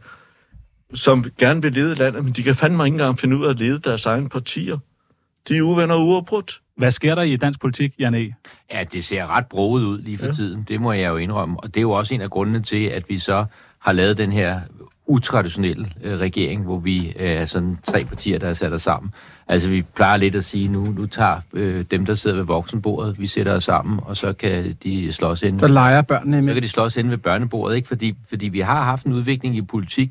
som gerne vil lede landet, men de kan fandme ikke engang finde ud af at lede deres egne partier. De er uvenner uafbrudt. Hvad sker der i dansk politik, Jan E? Ja, det ser ret broget ud lige for tiden. Det må jeg jo indrømme. Og det er jo også en af grundene til, at vi så har lavet den her utraditionelle regering, hvor vi er sådan 3 partier, der er sat os sammen. Altså, vi plejer lidt at sige, nu tager dem, der sidder ved voksenbordet, vi sætter os sammen, og så kan de slås ind. Så leger børnene Så med. kan de slås inde ved børnebordet, ikke? Fordi vi har haft en udvikling i politik,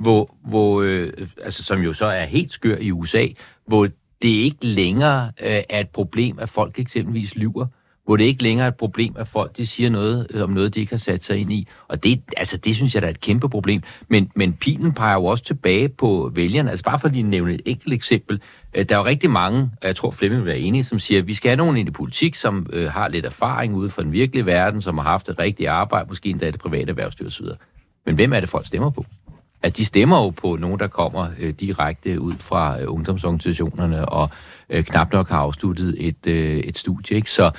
hvor altså, som jo så er helt skør i USA, hvor det ikke længere er et problem, at folk eksempelvis lyver, hvor det ikke længere er et problem, at folk de siger noget om noget, de ikke har sat sig ind i. Og det synes jeg, der er et kæmpe problem. Men pilen peger jo også tilbage på vælgerne. Altså bare for lige at nævne et enkelt eksempel. Der er jo rigtig mange, og jeg tror Flemming vil være enige, som siger, at vi skal have nogen ind i politik, som har lidt erfaring ude fra den virkelige verden, som har haft et rigtigt arbejde, måske endda det private erhvervsliv osv. Men hvem er det, folk stemmer på? At de stemmer jo på nogen, der kommer direkte ud fra ungdomsorganisationerne og knap nok har afsluttet et studie, ikke? Så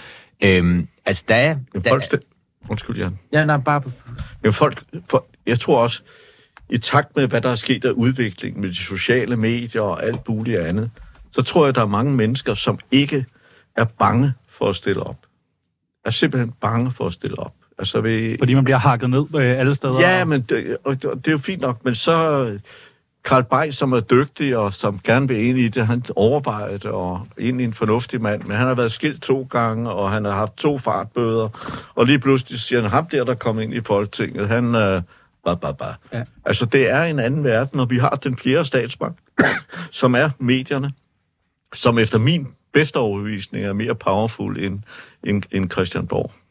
altså der er... Undskyld, Jan. Ja, nej, bare... Men jeg tror også, i takt med, hvad der er sket af udvikling med de sociale medier og alt muligt andet, så tror jeg, der er mange mennesker, som ikke er bange for at stille op. Er simpelthen bange for at stille op. Altså Fordi man bliver hakket ned alle steder? Ja, men det er jo fint nok, men så... Carl Bay, som er dygtig og som gerne vil ind i det, han overvejer det, og egentlig en fornuftig mand, men han har været skilt 2 gange, og han har haft 2 fartbøder, og lige pludselig siger han, ham der kom ind i Folketinget, han Ja. Altså, det er en anden verden, og vi har den 4. statsbank, som er medierne, som efter min bedste overbevisning er mere powerful end Christian Borg.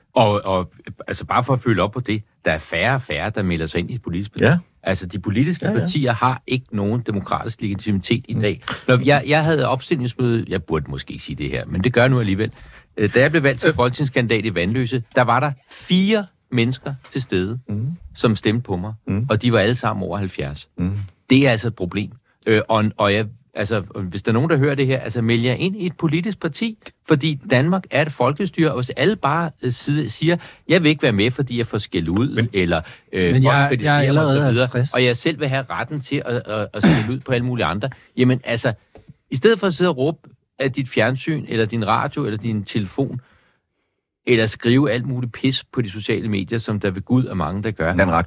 Og altså bare for at følge op på det, der er færre og færre, der melder sig ind i et politisk parti. Ja. Altså, de politiske partier har ikke nogen demokratisk legitimitet i dag. Jeg havde opstillingsmøde, jeg burde måske ikke sige det her, men det gør jeg nu alligevel. Da jeg blev valgt til folketingskandidat i Vandløse, der var der 4 mennesker til stede, som stemte på mig, og de var alle sammen over 70. Det er altså et problem. Og Altså, hvis der er nogen, der hører det her, altså meld jer ind i et politisk parti, fordi Danmark er et folkestyre, og hvis alle bare siger, jeg vil ikke være med, fordi jeg får skæld ud, eller men jeg er allerede 50. og jeg selv vil have retten til at skælde ud på alle mulige andre, jamen altså, i stedet for at sidde og råbe af dit fjernsyn, eller din radio, eller din telefon, eller skrive alt muligt pis på de sociale medier, som der ved Gud er mange, der gør,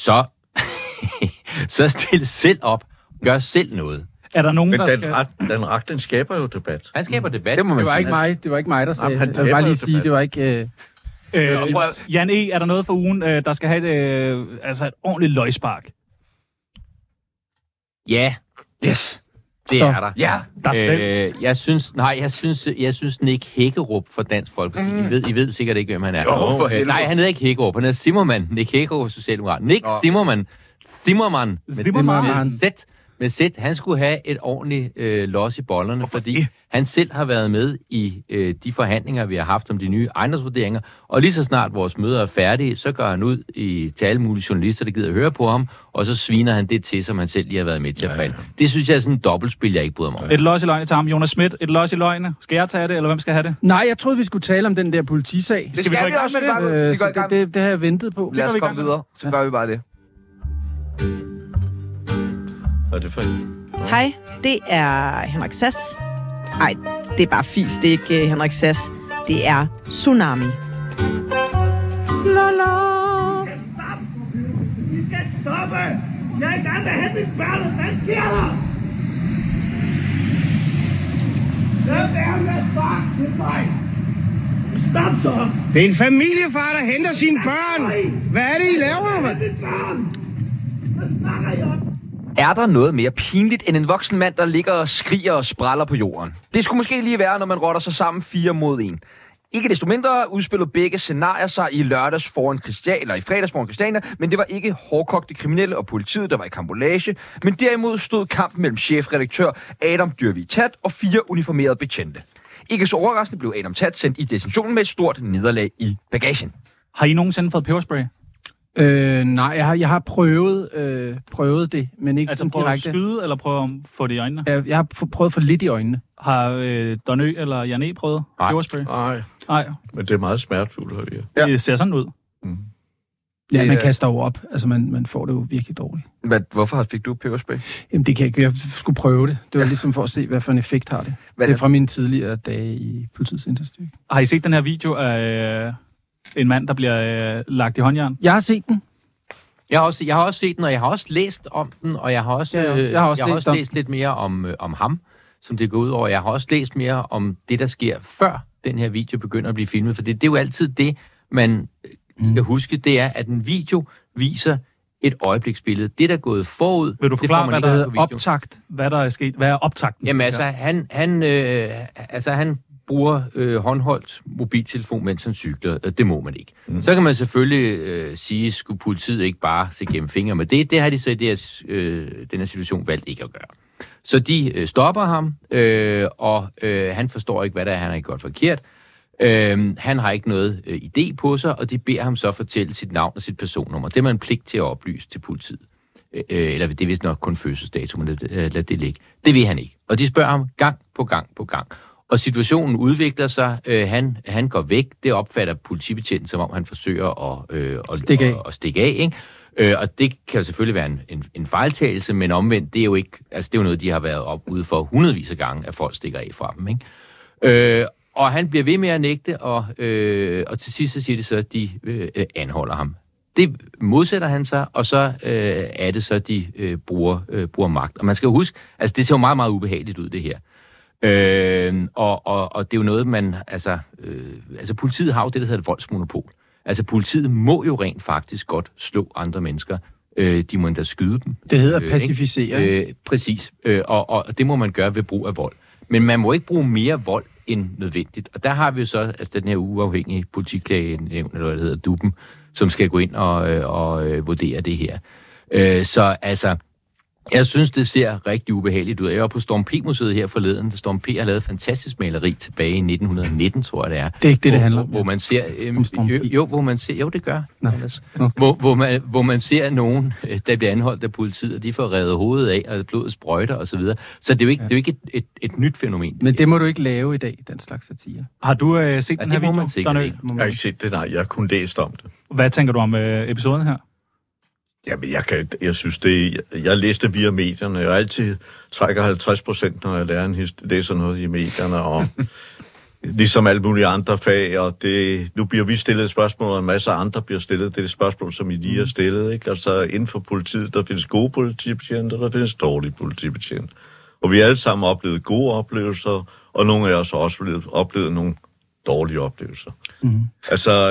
så stil selv op. Gør selv noget. Er der nogen, Men der skal... den skaber jo debat. Han skaber debat. Det var ikke mig, der sagde. Jamen, Jeg vil bare lige sige, det var ikke... Jan E., er der noget for ugen, der skal have et ordentligt løgspark? Ja. Yes. Det er der. Ja. Der selv. Jeg synes Nick Hækkerup fra Dansk Folkeparti. I ved sikkert ikke, hvem han er. Nej, han hedder ikke Hækkerup. Han hedder Zimmermann. Nick Hækkerup, Socialdemokrat. Nick Zimmermann. Med Z. Han skulle have et ordentligt los i bollerne, fordi han selv har været med i de forhandlinger, vi har haft om de nye ejendomsvurderinger, og lige så snart vores møder er færdige, så går han ud til alle mulige journalister, der gider at høre på ham, og så sviner han det til, som han selv lige har været med til at falde. Det synes jeg er sådan et dobbeltspil, jeg ikke bryder mig om. Et los i løgne til ham. Jonas Schmidt, et los i løgne. Skal jeg tage det, eller hvem skal have det? Nej, jeg troede, vi skulle tale om den der politisag. Det skal vi også med det. Det har jeg ventet på. Lad os komme videre. Så gør vi bare det. Hvad er det for en? Hej, det er Henrik Sass. Nej, det er bare fis, det er ikke Henrik Sass. Det er Tsunami. Lala! Vi skal stoppe! Jeg er i gang med at hente mine børn, hvad sker der? Lad være med at sparke til mig! Stop så! Det er en familiefar, der henter sine børn! Hvad er det, I laver, mand? Hvad snakker I om? Er der noget mere pinligt end en voksen mand, der ligger og skriger og spræller på jorden? Det skulle måske lige være, når man rotter sig sammen 4 mod 1. Ikke desto mindre udspillede begge scenarier sig i fredags foran Christiania, men det var ikke hårdkogte kriminelle og politiet, der var i karambolage, men derimod stod kampen mellem chefredaktør Adam Dyrvig Tat og 4 uniformerede betjente. Ikke så overraskende blev Adam Tat sendt i detentionen med et stort nederlag i bagagen. Har I nogensinde fået peberspray? Nej, jeg har prøvet det, men ikke altså som direkte. Altså prøvet at skyde, eller prøvet at få det i øjnene? Jeg har prøvet for lidt i øjnene. Har Don Ø eller Jan E. prøvet peberspray? Nej, men det er meget smertefuldt, har vi. Ja. Det ser sådan ud. Ja, man kaster jo op. Altså, man får det jo virkelig dårligt. Hvorfor fik du peberspray? Jamen, det kan jeg ikke. Jeg skulle prøve det. Det var ligesom for at se, hvad for en effekt har det. Det er fra mine tidligere dage i politiets interstyrke. Har I set den her video af en mand, der bliver lagt i håndjern? Jeg har set den. Jeg har også set den, og jeg har også læst om den, og jeg har også, læst lidt mere om ham, som det går ud over. Jeg har også læst mere om det, der sker før den her video begynder at blive filmet, for det er jo altid det, man skal huske, det er, at en video viser et øjebliksbillede. Det, der er gået forud... Vil du forklare, hvad der hedder optakt? Hvad der er sket? Hvad er optakten? Jamen altså, han bruger håndholdt mobiltelefon, mens han cykler. Det må man ikke. Så kan man selvfølgelig sige, skulle politiet ikke bare se gennem fingre med det. Det har de så i den her situation valgt ikke at gøre. Så de stopper ham, og han forstår ikke, hvad der er, han har gjort forkert. Han har ikke noget idé på sig, og de beder ham så fortælle sit navn og sit personnummer. Det er man pligt til at oplyse til politiet. Eller det er vist nok kun fødselsdato, men lad det ligge. Det vil han ikke. Og de spørger ham gang på gang. Og situationen udvikler sig. Han går væk. Det opfatter politibetjenten, som om han forsøger at stikke af. Ikke? Og det kan jo selvfølgelig være en fejltagelse, men omvendt, det er jo ikke, altså det er jo noget, de har været op ude for hundredvis af gange, at folk stikker af fra dem. Ikke? Og han bliver ved med at nægte, og til sidst så siger de så, at de anholder ham. Det modsætter han sig, og så er det så, de bruger magt. Og man skal jo huske, altså det ser jo meget, meget ubehageligt ud, det her. Og det er jo noget, man... Altså politiet har jo det, der hedder et voldsmonopol. Altså politiet må jo rent faktisk godt slå andre mennesker. De må endda skyde dem. Det hedder pacificering. Præcis. Og det må man gøre ved brug af vold. Men man må ikke bruge mere vold end nødvendigt. Og der har vi jo så altså, den her uafhængige politiklagenævn, eller hvad det hedder, DUP'en, som skal gå ind og vurdere det her. Så altså, Jeg synes, det ser rigtig ubehageligt ud. Jeg var på Storm P-museet her forleden. Storm P har lavet et fantastisk maleri tilbage i 1919, tror jeg det er. Det er ikke det handler om. Hvor man ser... hvor man ser... Jo, det gør. Okay. Hvor man ser nogen, der bliver anholdt af politiet, og de får revet hovedet af, og blodet sprøjter osv. Så det er jo ikke et nyt fænomen. Men det må du ikke lave i dag, den slags satire. Har du set den her video? Jeg har ikke set det, nej. Jeg har kun læst om det. Hvad tænker du om episoden her? Jamen, jeg synes det... Jeg læste via medierne. Jeg altid trækker 50%, når jeg læser noget i medierne, og ligesom alle mulige andre fag, og nu bliver vi stillet spørgsmål, og en masse andre bliver stillet. Det er det spørgsmål, som I lige har stillet, ikke? Altså, inden for politiet, der findes gode politibetjente, og der findes dårlige politibetjente. Og vi har alle sammen oplevet gode oplevelser, og nogle af os har også oplevet nogle dårlige oplevelser. Altså,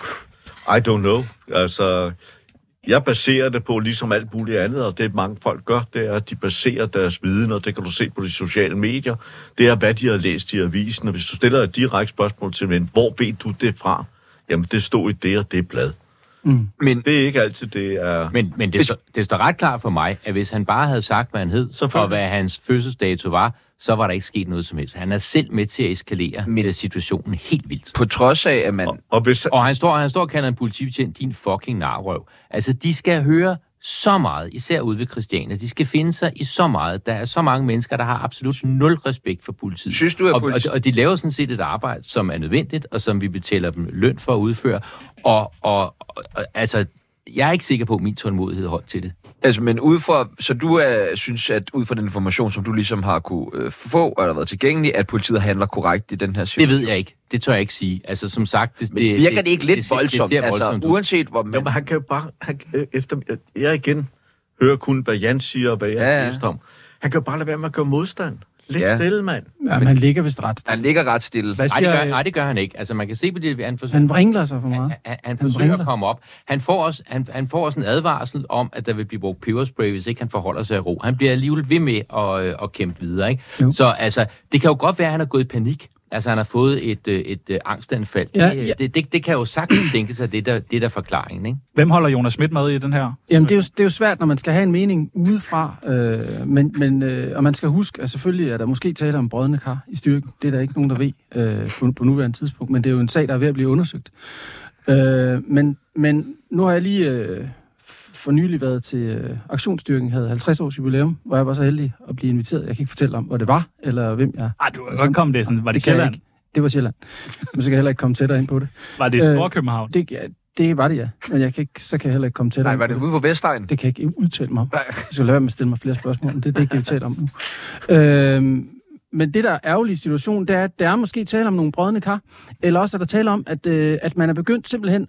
I don't know. Altså... Jeg baserer det på, ligesom alt muligt andet, og det mange folk gør, det er, at de baserer deres viden, og det kan du se på de sociale medier. Det er, hvad de har læst i avisen, og hvis du stiller et direkte spørgsmål til dem, hvor ved du det fra? Jamen, det stod i det og det blad. Men det er ikke altid, det er... Men det står ret klart for mig, at hvis han bare havde sagt, hvad han hed, og hvad hans fødselsdato var, så var der ikke sket noget som helst. Han er selv med til at eskalere situationen helt vildt. På trods af, at man... Og han står og kalder en politibetjent din fucking narrøv. Altså, de skal høre så meget, især ude ved Christiania. De skal finde sig i så meget. Der er så mange mennesker, der har absolut nul respekt for politiet. Synes du, at og de laver sådan set et arbejde, som er nødvendigt, og som vi betaler dem løn for at udføre. Og altså, jeg er ikke sikker på, at min tålmodighed holdt til det. Altså, men så du synes, at ud fra den information, som du ligesom har kunne få, eller været tilgængelig, at politiet handler korrekt i den her situation? Det ved jeg ikke. Det tør jeg ikke sige. Altså, som sagt... Men virker det ikke lidt voldsomt? Altså, uanset hvor man... Jamen, han kan jo bare... Jeg igen hører kun, hvad Jan siger, og hvad jeg læste om. Han kan jo bare lade være med at gøre modstand. Lidt stille, mand. Ja, men han ligger vist ret stille. Han ligger ret stille. Nej, det gør han ikke. Altså, man kan se på det, han vringler sig for meget. Han forsøger at komme op. Han får også en advarsel om, at der vil blive brugt peberspray, hvis ikke han forholder sig i ro. Han bliver alligevel ved med at kæmpe videre, ikke? Så altså, det kan jo godt være, at han er gået i panik. Altså, han har fået et angstanfald. Ja. Det kan jo sagtens tænke sig, det der forklaringen, ikke? Hvem holder Jonas Schmidt med i den her? Jamen, det er jo svært, når man skal have en mening udefra. Og man skal huske, at selvfølgelig er der måske tale om brodne kar i styrken. Det er der ikke nogen, der ved på nuværende tidspunkt. Men det er jo en sag, der er ved at blive undersøgt. Men nu har jeg lige... for nylig været til aktionsstyrken, havde 50 års jubilæum, hvor jeg var så heldig at blive inviteret. Jeg kan ikke fortælle om, hvor det var, eller hvem jeg... Du kan godt komme det sådan. Var det Sjælland? Det var Sjælland. Men så kan jeg heller ikke komme tættere ind på det. Var det Storkøbenhavn? Det var det, ja. Men så kan jeg heller ikke komme tættere. Nej, var det ude på Vestegn? Det kan jeg ikke udtale mig om. Jeg skal lade være med at stille mig flere spørgsmål, men det er ikke det, vi taler om nu. Men det, der er ærgerlige situation, det er, at der er måske tale om nogle brodne kar, eller også er der tale om, at man er begyndt simpelthen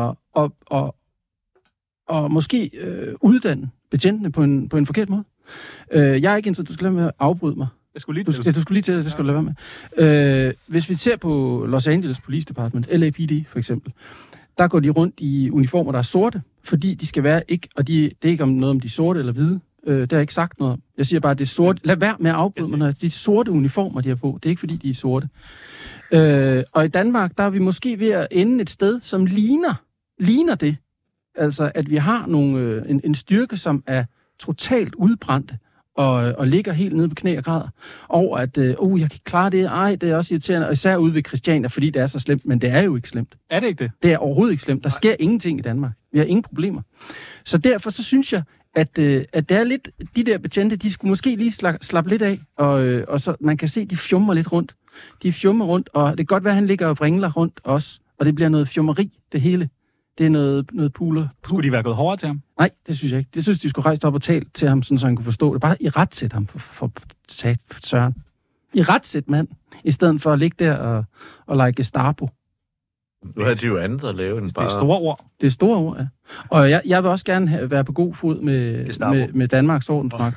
og måske uddanne betjentene på en forkert måde. Jeg er ikke interesseret, du skal lade med at afbryde mig. Jeg skulle lige til du skulle lige til det, skal du lade være med. Hvis vi ser på Los Angeles Police Department, LAPD for eksempel, der går de rundt i uniformer, der er sorte, fordi de skal være ikke, og det er ikke noget om de sorte eller hvide. Det har jeg ikke sagt noget om. Jeg siger bare, at det er sorte. Lad være med at afbryde mig, når de sorte uniformer, de har på. Det er ikke, fordi de er sorte. Og i Danmark, der er vi måske ved at ende et sted, som ligner det. Altså, at vi har en styrke, som er totalt udbrændte, og ligger helt nede på knæ og græder, over at, jeg kan ikke klare det, det er også irriterende, og især ude ved Christiania, fordi det er så slemt, men det er jo ikke slemt. Er det ikke det? Det er overhovedet ikke slemt. Der sker ingenting i Danmark. Vi har ingen problemer. Så derfor så synes jeg, at det er lidt, de der betjente, de skulle måske lige slappe lidt af, og så man kan se, de fjummer lidt rundt. De fjummer rundt, og det kan godt være, at han ligger og vringler rundt også, og det bliver noget fjummeri, det hele. Det er noget puler. Skulle de være gået hårdere til ham? Nej, det synes jeg ikke. Det synes de skulle rejse op og tale til ham, sådan, så han kunne forstå det. Bare i retsæt ham for Søren. I retsæt, mand. I stedet for at ligge der og lege Gestapo. Nu havde de jo andet at lave end bare... Det er store ord. Det er store ord, ja. Og jeg vil også gerne være på god fod med Danmarks ordensmagt.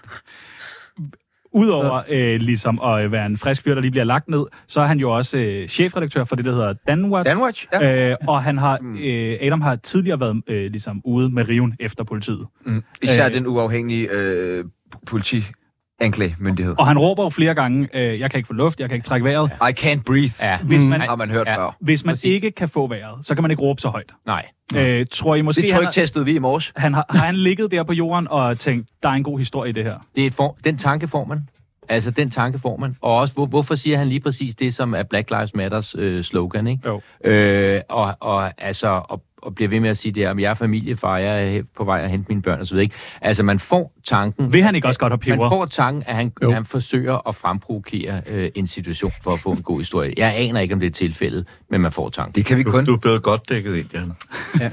Udover ligesom at være en frisk fyr, der lige bliver lagt ned, så er han jo også chefredaktør for det, der hedder Danwatch. Ja. Og han har, Adam har tidligere været ligesom ude med riven efter politiet. Især den uafhængige anklagemyndighed. Og han råber jo flere gange, jeg kan ikke få luft, jeg kan ikke trække vejret. I can't breathe. Ja. Har man hørt før. Hvis man Præcis. ikke kan få vejret, så kan man ikke råbe så højt. Nej. Tror I måske, Det tryktestede vi i morges. har han ligget der på jorden og tænkt, der er en god historie i det her? Den tanke får man. Altså, den tanke får man. Og også, hvorfor siger han lige præcis det, som er Black Lives Matters slogan, ikke? Jo. Og bliver ved med at sige det her, om jeg er familiefar, jeg er på vej at hente mine børn, og så videre, ikke? Altså, man får tanken... Vil han ikke også godt have peber? Man får tanken, at han forsøger at fremprovokere en situation for at få en god historie. Jeg aner ikke, om det er tilfældet, men man får tanken. Det kan vi kun... Du er blevet godt dækket ind, Jan. Ja.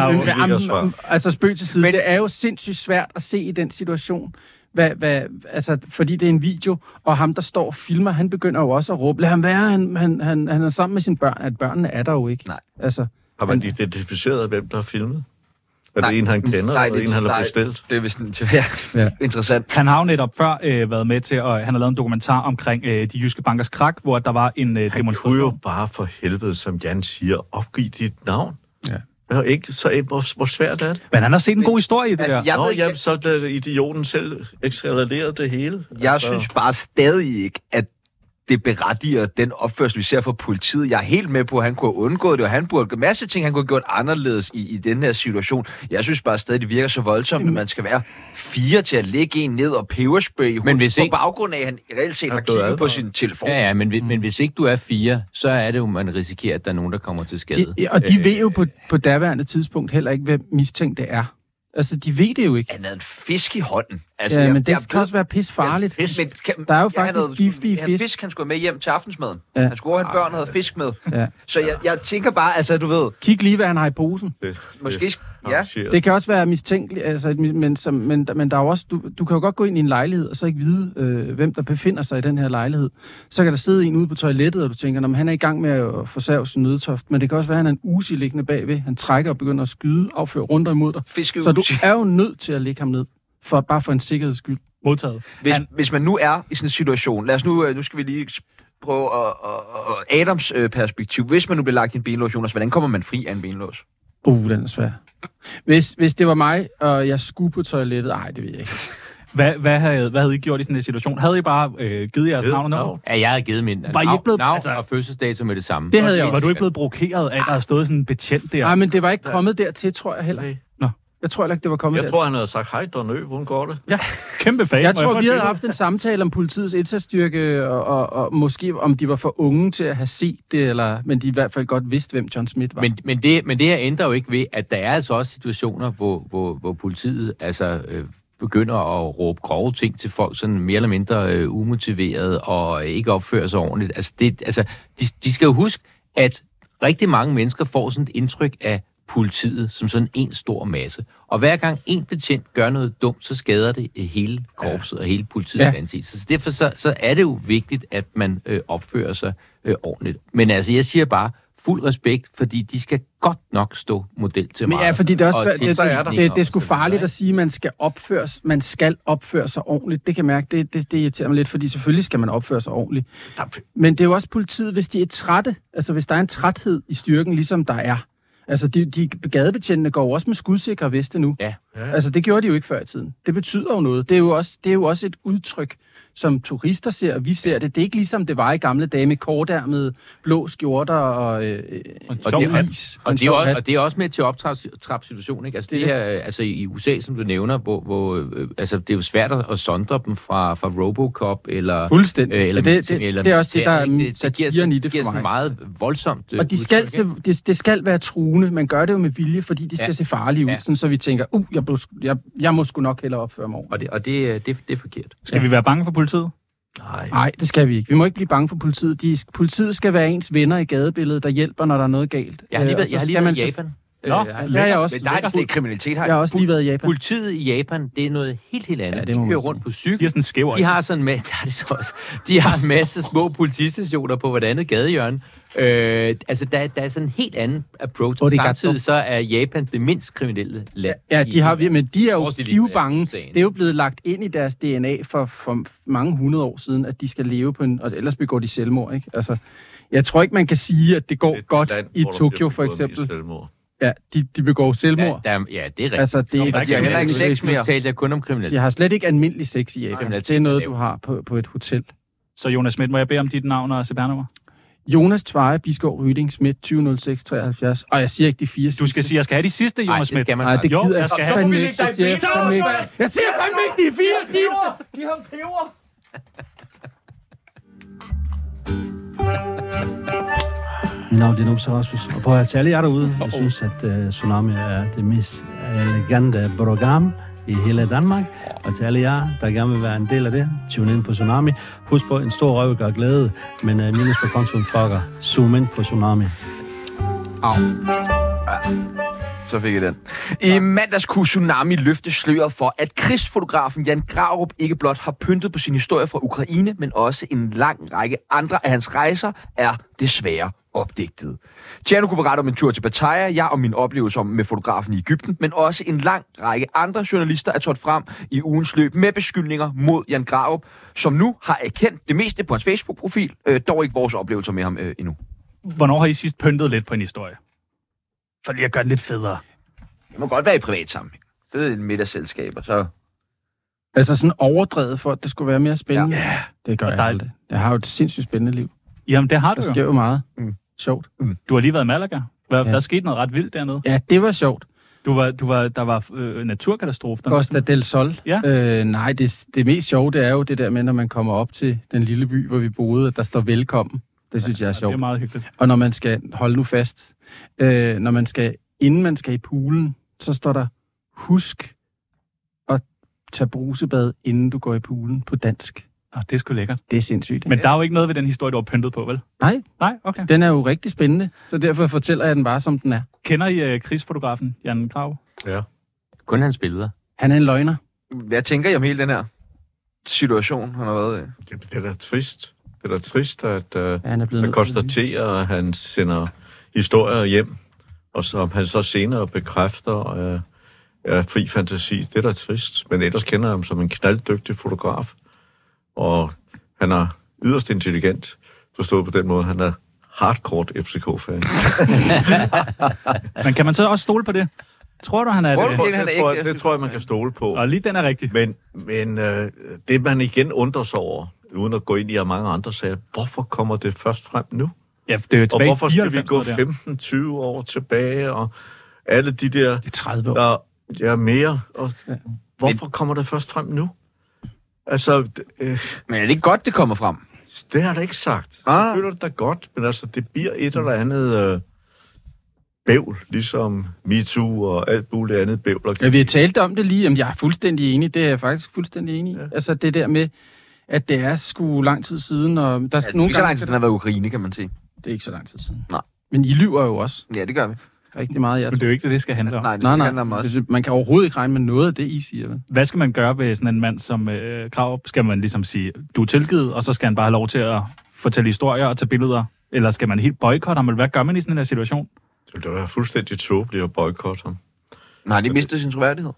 Altså, spøg til side. Men det er jo sindssygt svært at se i den situation, altså, fordi det er en video, og ham, der står og filmer, han begynder jo også at råbe, lad ham være, han er sammen med sine børn, at børnene er der jo ikke. Nej. Altså, Har man identificeret, hvem der har filmet? Er det en, han kender, eller en, han har bestilt? Det er vist interessant. Han har jo netop før været med til, og han har lavet en dokumentar omkring de jyske bankers krak, hvor der var en Han demonstration. kunne jo bare for helvede, som Jan siger, opgive dit navn. Ja. Ikke så hvor svært er det? Men han har set en god historie i det der. Så er idioten selv ekstralereret det hele. Jeg synes bare stadig ikke, at det berettiger den opførsel, vi ser fra politiet. Jeg er helt med på, at han kunne have undgået det, og han burde en masse ting, han kunne have gjort anderledes i den her situation. Jeg synes bare stadig, det virker så voldsomt, at man skal være 4 til at lægge en ned og peberspray på baggrund af, at han reelt set har kigget på sin telefon. Ja, men hvis ikke du er 4, så er det jo, man risikerer, at der er nogen, der kommer til skade. Og de ved jo på daværende tidspunkt heller ikke, hvem mistænkt det er. Altså, de ved det jo ikke. Han havde en fisk i hånden. Altså, ja, men det kan også være pisfarligt. Der er jo faktisk giftige fisk. Fisk, han skulle med hjem til aftensmaden. Ja. Han skulle have en børn og havde fisk med. Ja. Så jeg tænker bare, altså, du ved... Kig lige, hvad han har i posen. Måske... Ja. Det kan også være mistænkeligt, altså, men der er jo også... Du kan jo godt gå ind i en lejlighed, og så ikke vide, hvem der befinder sig i den her lejlighed. Så kan der sidde en ude på toilettet, og du tænker, at han er i gang med at forsærge sin nødtoft. Men det kan også være, at han er en usi liggende bagved. Han trækker og begynder at skyde, afføre rundt imod dig. Så du er jo nødt til at lægge ham ned. Bare for en sikkerheds skyld. Modtaget. Hvis man nu er i sådan en situation, lad os nu skal vi lige prøve at Adams perspektiv. Hvis man nu bliver lagt i en benlås, Jonas, hvordan kommer man fri af en benlås? Den er svær. Hvis det var mig, og jeg skulle på toilettet, det ved jeg ikke. Hvad havde I gjort i sådan en situation? Havde I bare givet jeres navn og noget? Ja, jeg havde givet min navn og fødselsdato med det samme. Det havde jeg også. Var du ikke blevet provokeret af, at der havde stået sådan en betjent der? Nej, men det var ikke kommet dertil, tror jeg heller. Nå. Jeg tror heller ikke, det var kommet Jeg tror, han havde sagt, hej, Donø, hvordan går det? Ja, kæmpe fan. Jeg tror, vi havde haft en samtale om politiets indsatsstyrke, og måske om de var for unge til at have set det, men de i hvert fald godt vidste, hvem John Smith var. Men det her ændrer jo ikke ved, at der er altså også situationer, hvor politiet begynder at råbe grove ting til folk, sådan mere eller mindre umotiveret og ikke opfører sig ordentligt. De skal jo huske, at rigtig mange mennesker får sådan et indtryk af politiet som sådan en stor masse. Og hver gang en betjent gør noget dumt, så skader det hele korpset og hele politiets ansigelse. Så derfor så er det jo vigtigt, at man opfører sig ordentligt. Men altså, jeg siger bare, fuld respekt, fordi de skal godt nok stå model til meget. Men ja, fordi det er også det er sgu farligt at sige, at man skal opføre sig ordentligt. Det kan jeg mærke, det irriterer mig lidt, fordi selvfølgelig skal man opføre sig ordentligt. Men det er jo også politiet, hvis de er trætte, altså hvis der er en træthed i styrken, ligesom der er. Altså, de gadebetjentene går også med skudsikre veste nu. Ja. Altså, det gjorde de jo ikke før i tiden. Det betyder jo noget. Det er jo også et udtryk, som turister ser, og vi ser det. Det er ikke ligesom det var i gamle dage med kortærmede blå skjorter og is. Og det er også med til optrap situation, ikke? Altså, det her, altså i USA, som du nævner, hvor altså, det er jo svært at sondre dem fra Robocop, eller... Fuldstændig. Eller, det er også det, der er satiren i det for mig. Det giver sådan meget voldsomt og det skal være truende. Man gør det jo med vilje, fordi de skal se farlige ud, sådan, så vi tænker, jeg må sgu nok hellere opføre mig over. Og det er forkert. Skal vi være bange for politiet? Nej, det skal vi ikke. Vi må ikke blive bange for politiet. Politiet skal være ens venner i gadebilledet, der hjælper, når der er noget galt. Jeg har lige været i Japan. Jeg også. Men der er der kriminalitet her. Jeg har også lige været i Japan. Politiet i Japan, det er noget helt andet. Ja, de kører rundt på cykel. De har sådan en skæver. De har en masse små politistationer på hvert andet gadehjørne. Altså, der er sådan en helt anden approach. Samtidig så er Japan det mindst kriminelle land. Ja, men de er jo kivbange. Det er jo blevet lagt ind i deres DNA for mange 100 år siden, at de skal leve på og ellers begår de selvmord, ikke? Altså, jeg tror ikke, man kan sige, at det går godt i Tokyo, for eksempel. Ja, de begår selvmord. Ja, det er rigtigt. Altså, det er Nå, men de har heller ikke sex mere. Nu talte jeg kun om kriminalitet. De har slet ikke almindelig sex i Japan. Kriminalitet, Det er noget, det er du har på et hotel. Så Jonas Schmidt, må jeg bede om dit navn og CPR-nummer? Jonas Tveje, Biskov Ryding, Schmidt, 200673. Og jeg siger ikke de 4 Du skal sige, at jeg skal have de sidste, Nej, Jonas det Schmidt. skal man Nej, det Jo, gider jeg jeg skal have- fandme Så må vi ikke. lægge dig i benene, Jeg siger fandme ikke de 4. De har peber! Mit navn er Dino Rasmus, og prøv at til alle jer derude, jeg synes, at Tsunami er det mest elegante program i hele Danmark. Og til alle jer, der gerne vil være en del af det, tune ind på Tsunami. Husk på, en stor røv gør glæde, men minus på kontoen fucker. Zoom ind på Tsunami. Så fik jeg den. I mandags kunne Tsunami løfte sløret for, at krigsfotografen Jan Grarup ikke blot har pyntet på sin historie fra Ukraine, men også en lang række andre af hans rejser er desværre opdigtet. Tjerno kunne berette om en tur til Pattaya, jeg om min oplevelse med fotografen i Egypten, men også en lang række andre journalister er trådt frem i ugens løb med beskyldninger mod Jan Grarup, som nu har erkendt det meste på hans Facebook-profil, dog ikke vores oplevelser med ham endnu. Hvornår har I sidst pyntet lidt på en historie? For lige at gøre den lidt federe. Det må godt være i privat sammenhæng. Det er et middagsselskab, og så... Altså sådan overdrevet for, at det skulle være mere spændende. Ja. Det gør jeg aldrig. Jeg har jo et sindssygt spændende liv. Jamen, det har du Der jo. sker jo meget. Sjovt. Du har lige været i Malaga. Der skete noget ret vildt dernede. Ja, det var sjovt. Der var naturkatastrofe. Costa del Sol. Ja. Nej, det mest sjove, det er jo det der med, når man kommer op til den lille by, hvor vi boede, der står velkommen. Det synes jeg er sjovt. Det er meget hyggeligt. Og når man skal, holde nu fast, inden man skal i poolen, så står der, husk at tage brusebad, inden du går i poolen på dansk. Det er sgu lækkert. Det er sindssygt. Men der er jo ikke noget ved den historie, du har pyntet på, vel? Nej, Okay. den er jo rigtig spændende, så derfor fortæller jeg den bare, som den er. Kender I krigsfotografen Jan Grarup? Ja. Kun hans billeder. Han er en løgner. Hvad tænker I om hele den her situation, han har været i? Det er da trist. Det er da trist, at Han er blevet man konstaterer, at han sender historier hjem, og som han så senere bekræfter er fri fantasi. Det er da trist. Men ellers kender jeg ham som en knalddygtig fotograf. Og han er yderst intelligent, forstået på den måde. Han er hardcore FCK-fan. Men kan man så også stole på det? Tror du, han er det? Det tror jeg, man kan stole på. Og lige den er rigtig. Men det, man igen undrer sig over, uden at gå ind i mange andre sager, hvorfor kommer det først frem nu? Ja, det er jo Og tilbage hvorfor skal vi gå 94 15-20 år tilbage, og alle de der... Det er 30 år. Der er mere. Og hvorfor kommer det først frem nu? Altså... Men er det ikke godt, det kommer frem? Det har jeg da ikke sagt. Jeg føler det da godt, men altså, det bliver et eller andet bævl, ligesom MeToo og alt muligt andet bævl. Ja, vi har talt om det lige. Jamen, jeg er fuldstændig enig. Det er jeg faktisk fuldstændig enig i. Ja. Altså det der med, at det er sgu lang tid siden, og der er Altså, nogle ikke så gange... lang tid, den har været i Ukraine, kan man sige. Det er ikke så lang tid siden. Nej. Men I lyver jo også Ja, det gør vi. rigtig meget. Men det er jo ikke det skal handle om. Nej, det Nej. handler om os. Man kan overhovedet ikke regne med noget af det, I siger. Vel? Hvad skal man gøre ved sådan en mand som Grarup? Skal man ligesom sige, du er tilgivet, og så skal han bare have lov til at fortælle historier og tage billeder? Eller skal man helt boykotte ham? Eller hvad gør man i sådan en her situation? Det vil være fuldstændig tåbeligt at boykotte ham. Nej, de mistede sin troværdighed.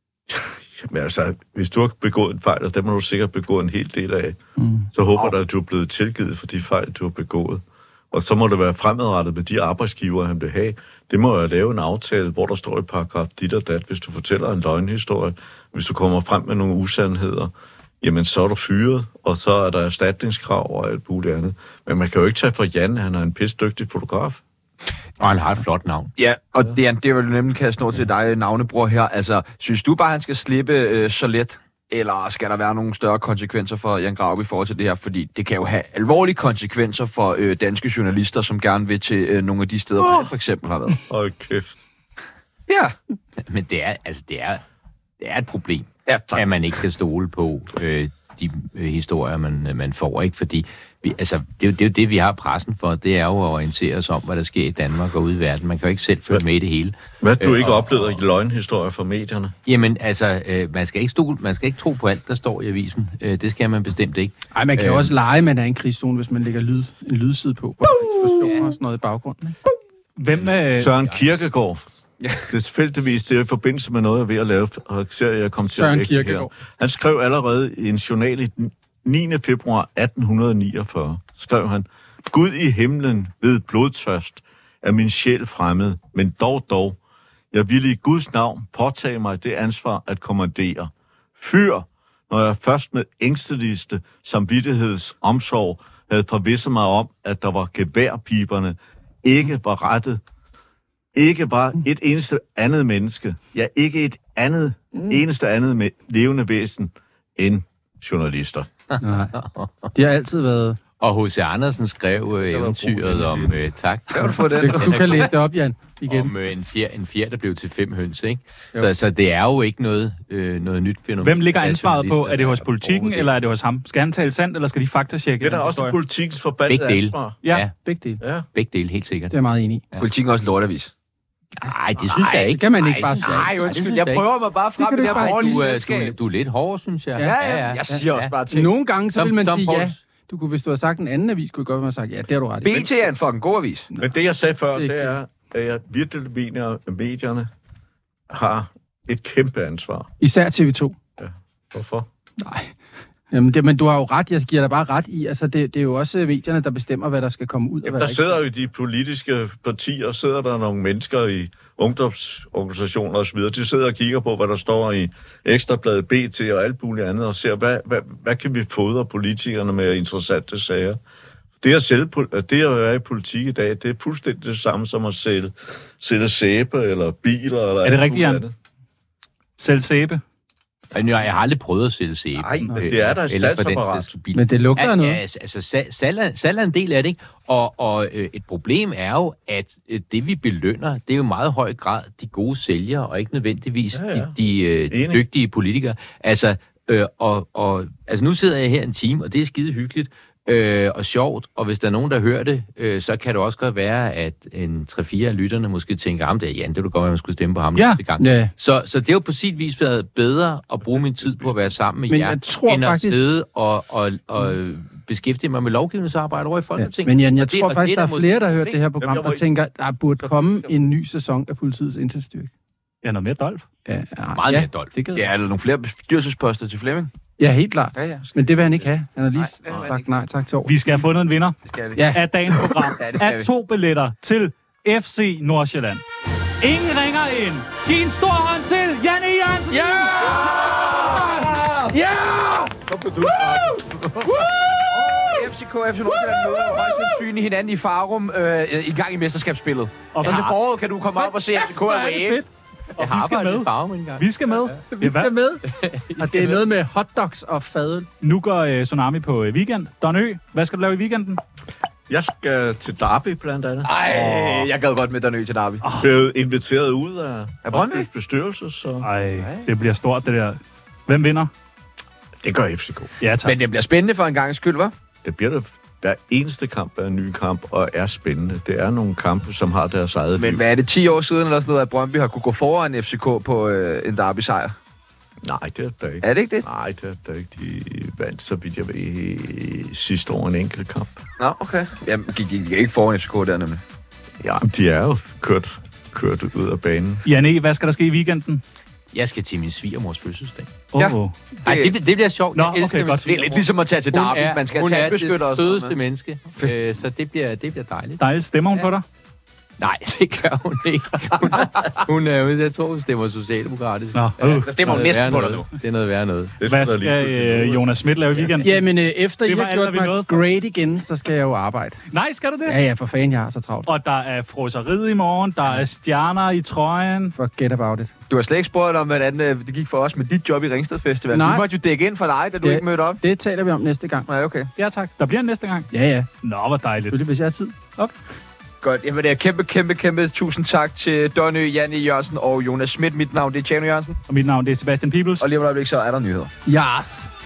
Men altså, hvis du har begået en fejl, og det må du sikkert begået en hel del af, så håber jeg, at du er blevet tilgivet for de fejl, du har begået. Og så må det være fremadrettet med de arbejdsgiver, han vil have. Det må jeg lave en aftale, hvor der står i paragraf dit og dat, hvis du fortæller en løgnhistorie. Hvis du kommer frem med nogle usandheder, jamen så er du fyret, og så er der erstatningskrav og alt muligt andet. Men man kan jo ikke tage for Jan, han er en pisdygtig fotograf. Og han har et flot navn. Ja, og det vil nemlig kaste over til dig, navnebror her. Altså, synes du bare, han skal slippe så let? Eller skal der være nogle større konsekvenser for Jan Grarup i forhold til det her? Fordi det kan jo have alvorlige konsekvenser for danske journalister, som gerne vil til nogle af de steder, hvor han for eksempel har været. Hold kæft. Ja. Men det er et problem, Ja, tak. at man ikke kan stole på de historier, man får, ikke? Fordi det er jo det, vi har pressen for. Det er jo at orientere os om, hvad der sker i Danmark og ude i verden. Man kan jo ikke selv følge med i det hele. Hvad du ikke oplevet af løgnhistorier fra medierne? Jamen, altså, man skal ikke tro på alt, der står i avisen. Det skal man bestemt ikke. Ej, man kan jo også lege, man er i en krigszone, hvis man lægger en lydside på, hvor eksplosioner og sådan noget i baggrunden. Ikke? Hvem Søren Kierkegaard. Ja. Det er tilfældigvis, det er i forbindelse med noget, jeg er ved at lave, og jeg kom til Søren at Kierkegaard. Han skrev allerede i en journal i 9. februar 1849, skrev han, Gud i himlen ved blodtørst, er min sjæl fremmed, men dog, jeg ville i Guds navn påtage mig det ansvar at kommandere. Fyr, når jeg først med ængsteligste samvittighedsomsorg havde forvisset mig om, at der var geværpiberne, ikke var et eneste andet menneske, ja, ikke et eneste andet levende væsen end journalister. Nej. Det har altid været... Og H.C. Andersen skrev eventyret om... Tak. Du kan læse det op, Jan, igen. Om en fjer, der blev til 5 høns, ikke? Så det er jo ikke noget nyt fænomen. Hvem ligger ansvaret på? Er det hos politikken, eller er det hos ham? Skal han tale sandt, eller skal de faktatjekke? Det er da også politikens forbandede ansvar. Ja, begge dele. Ja. Begge dele, helt sikkert. Det er jeg meget enig i. Ja. Politikken er også en lortavis. Nej, det synes jeg ikke. Det kan man ikke bare sige. Nej, undskyld. Jeg prøver mig bare frem i det her borgerlige selskab. Du er lidt hård, synes jeg. Ja. Jeg siger også bare ting. Nogle gange, så vil man sige ja. Hvis du havde sagt en anden avis, kunne jeg godt have sagt, ja, det har du ret i. BT er en fucking god avis. Men det, jeg sagde før, det er, at jeg virkelig mener, at medierne har et kæmpe ansvar. Især TV2. Ja. Hvorfor? Nej. Jamen, men du har jo ret. Jeg giver dig bare ret i. Altså, det er jo også medierne, der bestemmer, hvad der skal komme ud. Jamen, der sidder jo i de politiske partier, sidder der nogle mennesker i ungdomsorganisationer osv. De sidder og kigger på, hvad der står i Ekstrabladet, BT og alt muligt andet, og ser, hvad kan vi fodre politikerne med interessante sager. Det at være i politik i dag, det er fuldstændig det samme som at sælge sæbe eller biler. Eller er det rigtigt, Jan? Sælge sæbe? Jeg har aldrig prøvet at sælge sæbe. Nej, men det er der et salgsapparat. Men det lugter af noget. Ja, altså salg er en del af det, ikke? Og et problem er jo, at det vi belønner, det er jo i meget høj grad de gode sælgere, og ikke nødvendigvis de dygtige politikere. Altså, nu sidder jeg her en time, og det er skide hyggeligt og sjovt, og hvis der er nogen, der hører det, så kan det også godt være, at en 3-4 af lytterne måske tænker, det er Jan, det ville godt være, at man skulle stemme på ham næste gang. Ja. Så det har jo på sit vis været bedre at bruge min tid på at være sammen med jer, end at sidde og beskæftige mig med lovgivningsarbejde over i Folketinget. Men Jan, jeg tror faktisk, der er flere, der har hørt det her program, og tænker, der burde komme en ny sæson af politiets indsatsstyrke. Ja, noget mere Dolf. Meget mere Dolf. Ja, eller nogle flere bestyrelsesposter til Flemming. Ja, helt klart. Ja. Men det vil han ikke have. Han har lige sagt nej tak til år. Vi skal have fundet en vinder af dagens program. Af 2 billetter til FC Nordsjælland. Ingen ringer ind. Giv en stor hånd til Janne Jørgensen. Ja! Ja! FC Nordsjælland møder højst sandsynligt hinanden i Farum i gang i mesterskabsspillet. Og til foråret kan du komme op og se FCK away. Og vi skal med. Vi skal med. Vi skal med. Og det er noget med hotdogs og fadøl. Nu går Tsunami på weekend. Don Ø, hvad skal du lave i weekenden? Jeg skal til Derby, blandt andet. Jeg gad godt med Don Ø til Derby. Blevet inviteret ud af Brøndby bestyrelse, så... Det bliver stort, det der. Hvem vinder? Det gør FCK. Ja, tak. Men det bliver spændende for en gang skyld, hva'? Det bliver det. Der eneste kamp er en ny kamp, og er spændende. Det er nogle kampe, som har deres eget Men hvad er det, 10 år siden eller sådan noget, at Brøndby har kunne gå foran FCK på en derby-sejr? Nej, det er der ikke. Er det ikke det? Nej, det er der ikke. De vandt, så vidt jeg ved, sidste år en enkelt kamp. Nå, okay. Jamen, gik ikke foran FCK der nemlig? Ja, de er jo kørt ud af banen. Janne, hvad skal der ske i weekenden? Jeg skal til min svigermors fødselsdag. Det bliver sjovt. Nå, okay, godt. Det er lidt ligesom at tage til Derby. Man skal tage beskytter og sådan noget. Hun er det sødeste menneske, så det bliver dejligt. Dejligt. Stemmer hun på dig? Nej, det gør hun ikke. Jeg tror, hun stemmer socialdemokratisk. Der stemmer hun næsten på dig nu. Det er noget værre noget. Hvad skal Jonas Schmidt lave i weekenden? Jamen, efter I har gjort mig great igen, så skal jeg jo arbejde. Nej, skal du det? Ja, for fanden, jeg har så travlt. Og der er froseriet i morgen, der er stjerner i trøjen. Forget about it. Du har slet ikke spurgt om, hvordan det gik for os med dit job i Ringsted Festival. Nej. Vi måtte jo dække ind for dig, da du ikke mødte op. Det taler vi om næste gang. Nej, okay. Ja, tak. Der bliver næste gang. Ja. Nå, hvor dejligt. Selvfølgelig, hvis jeg har tid. Okay. Godt. Jamen, det er kæmpe tusind tak til Don Ø, Janne Jørgensen og Jonas Schmidt. Mit navn det er Tjano Jørgensen. Og mit navn det er Sebastian Peebles. Og lige om et øjeblik, så er der nyheder. Yes!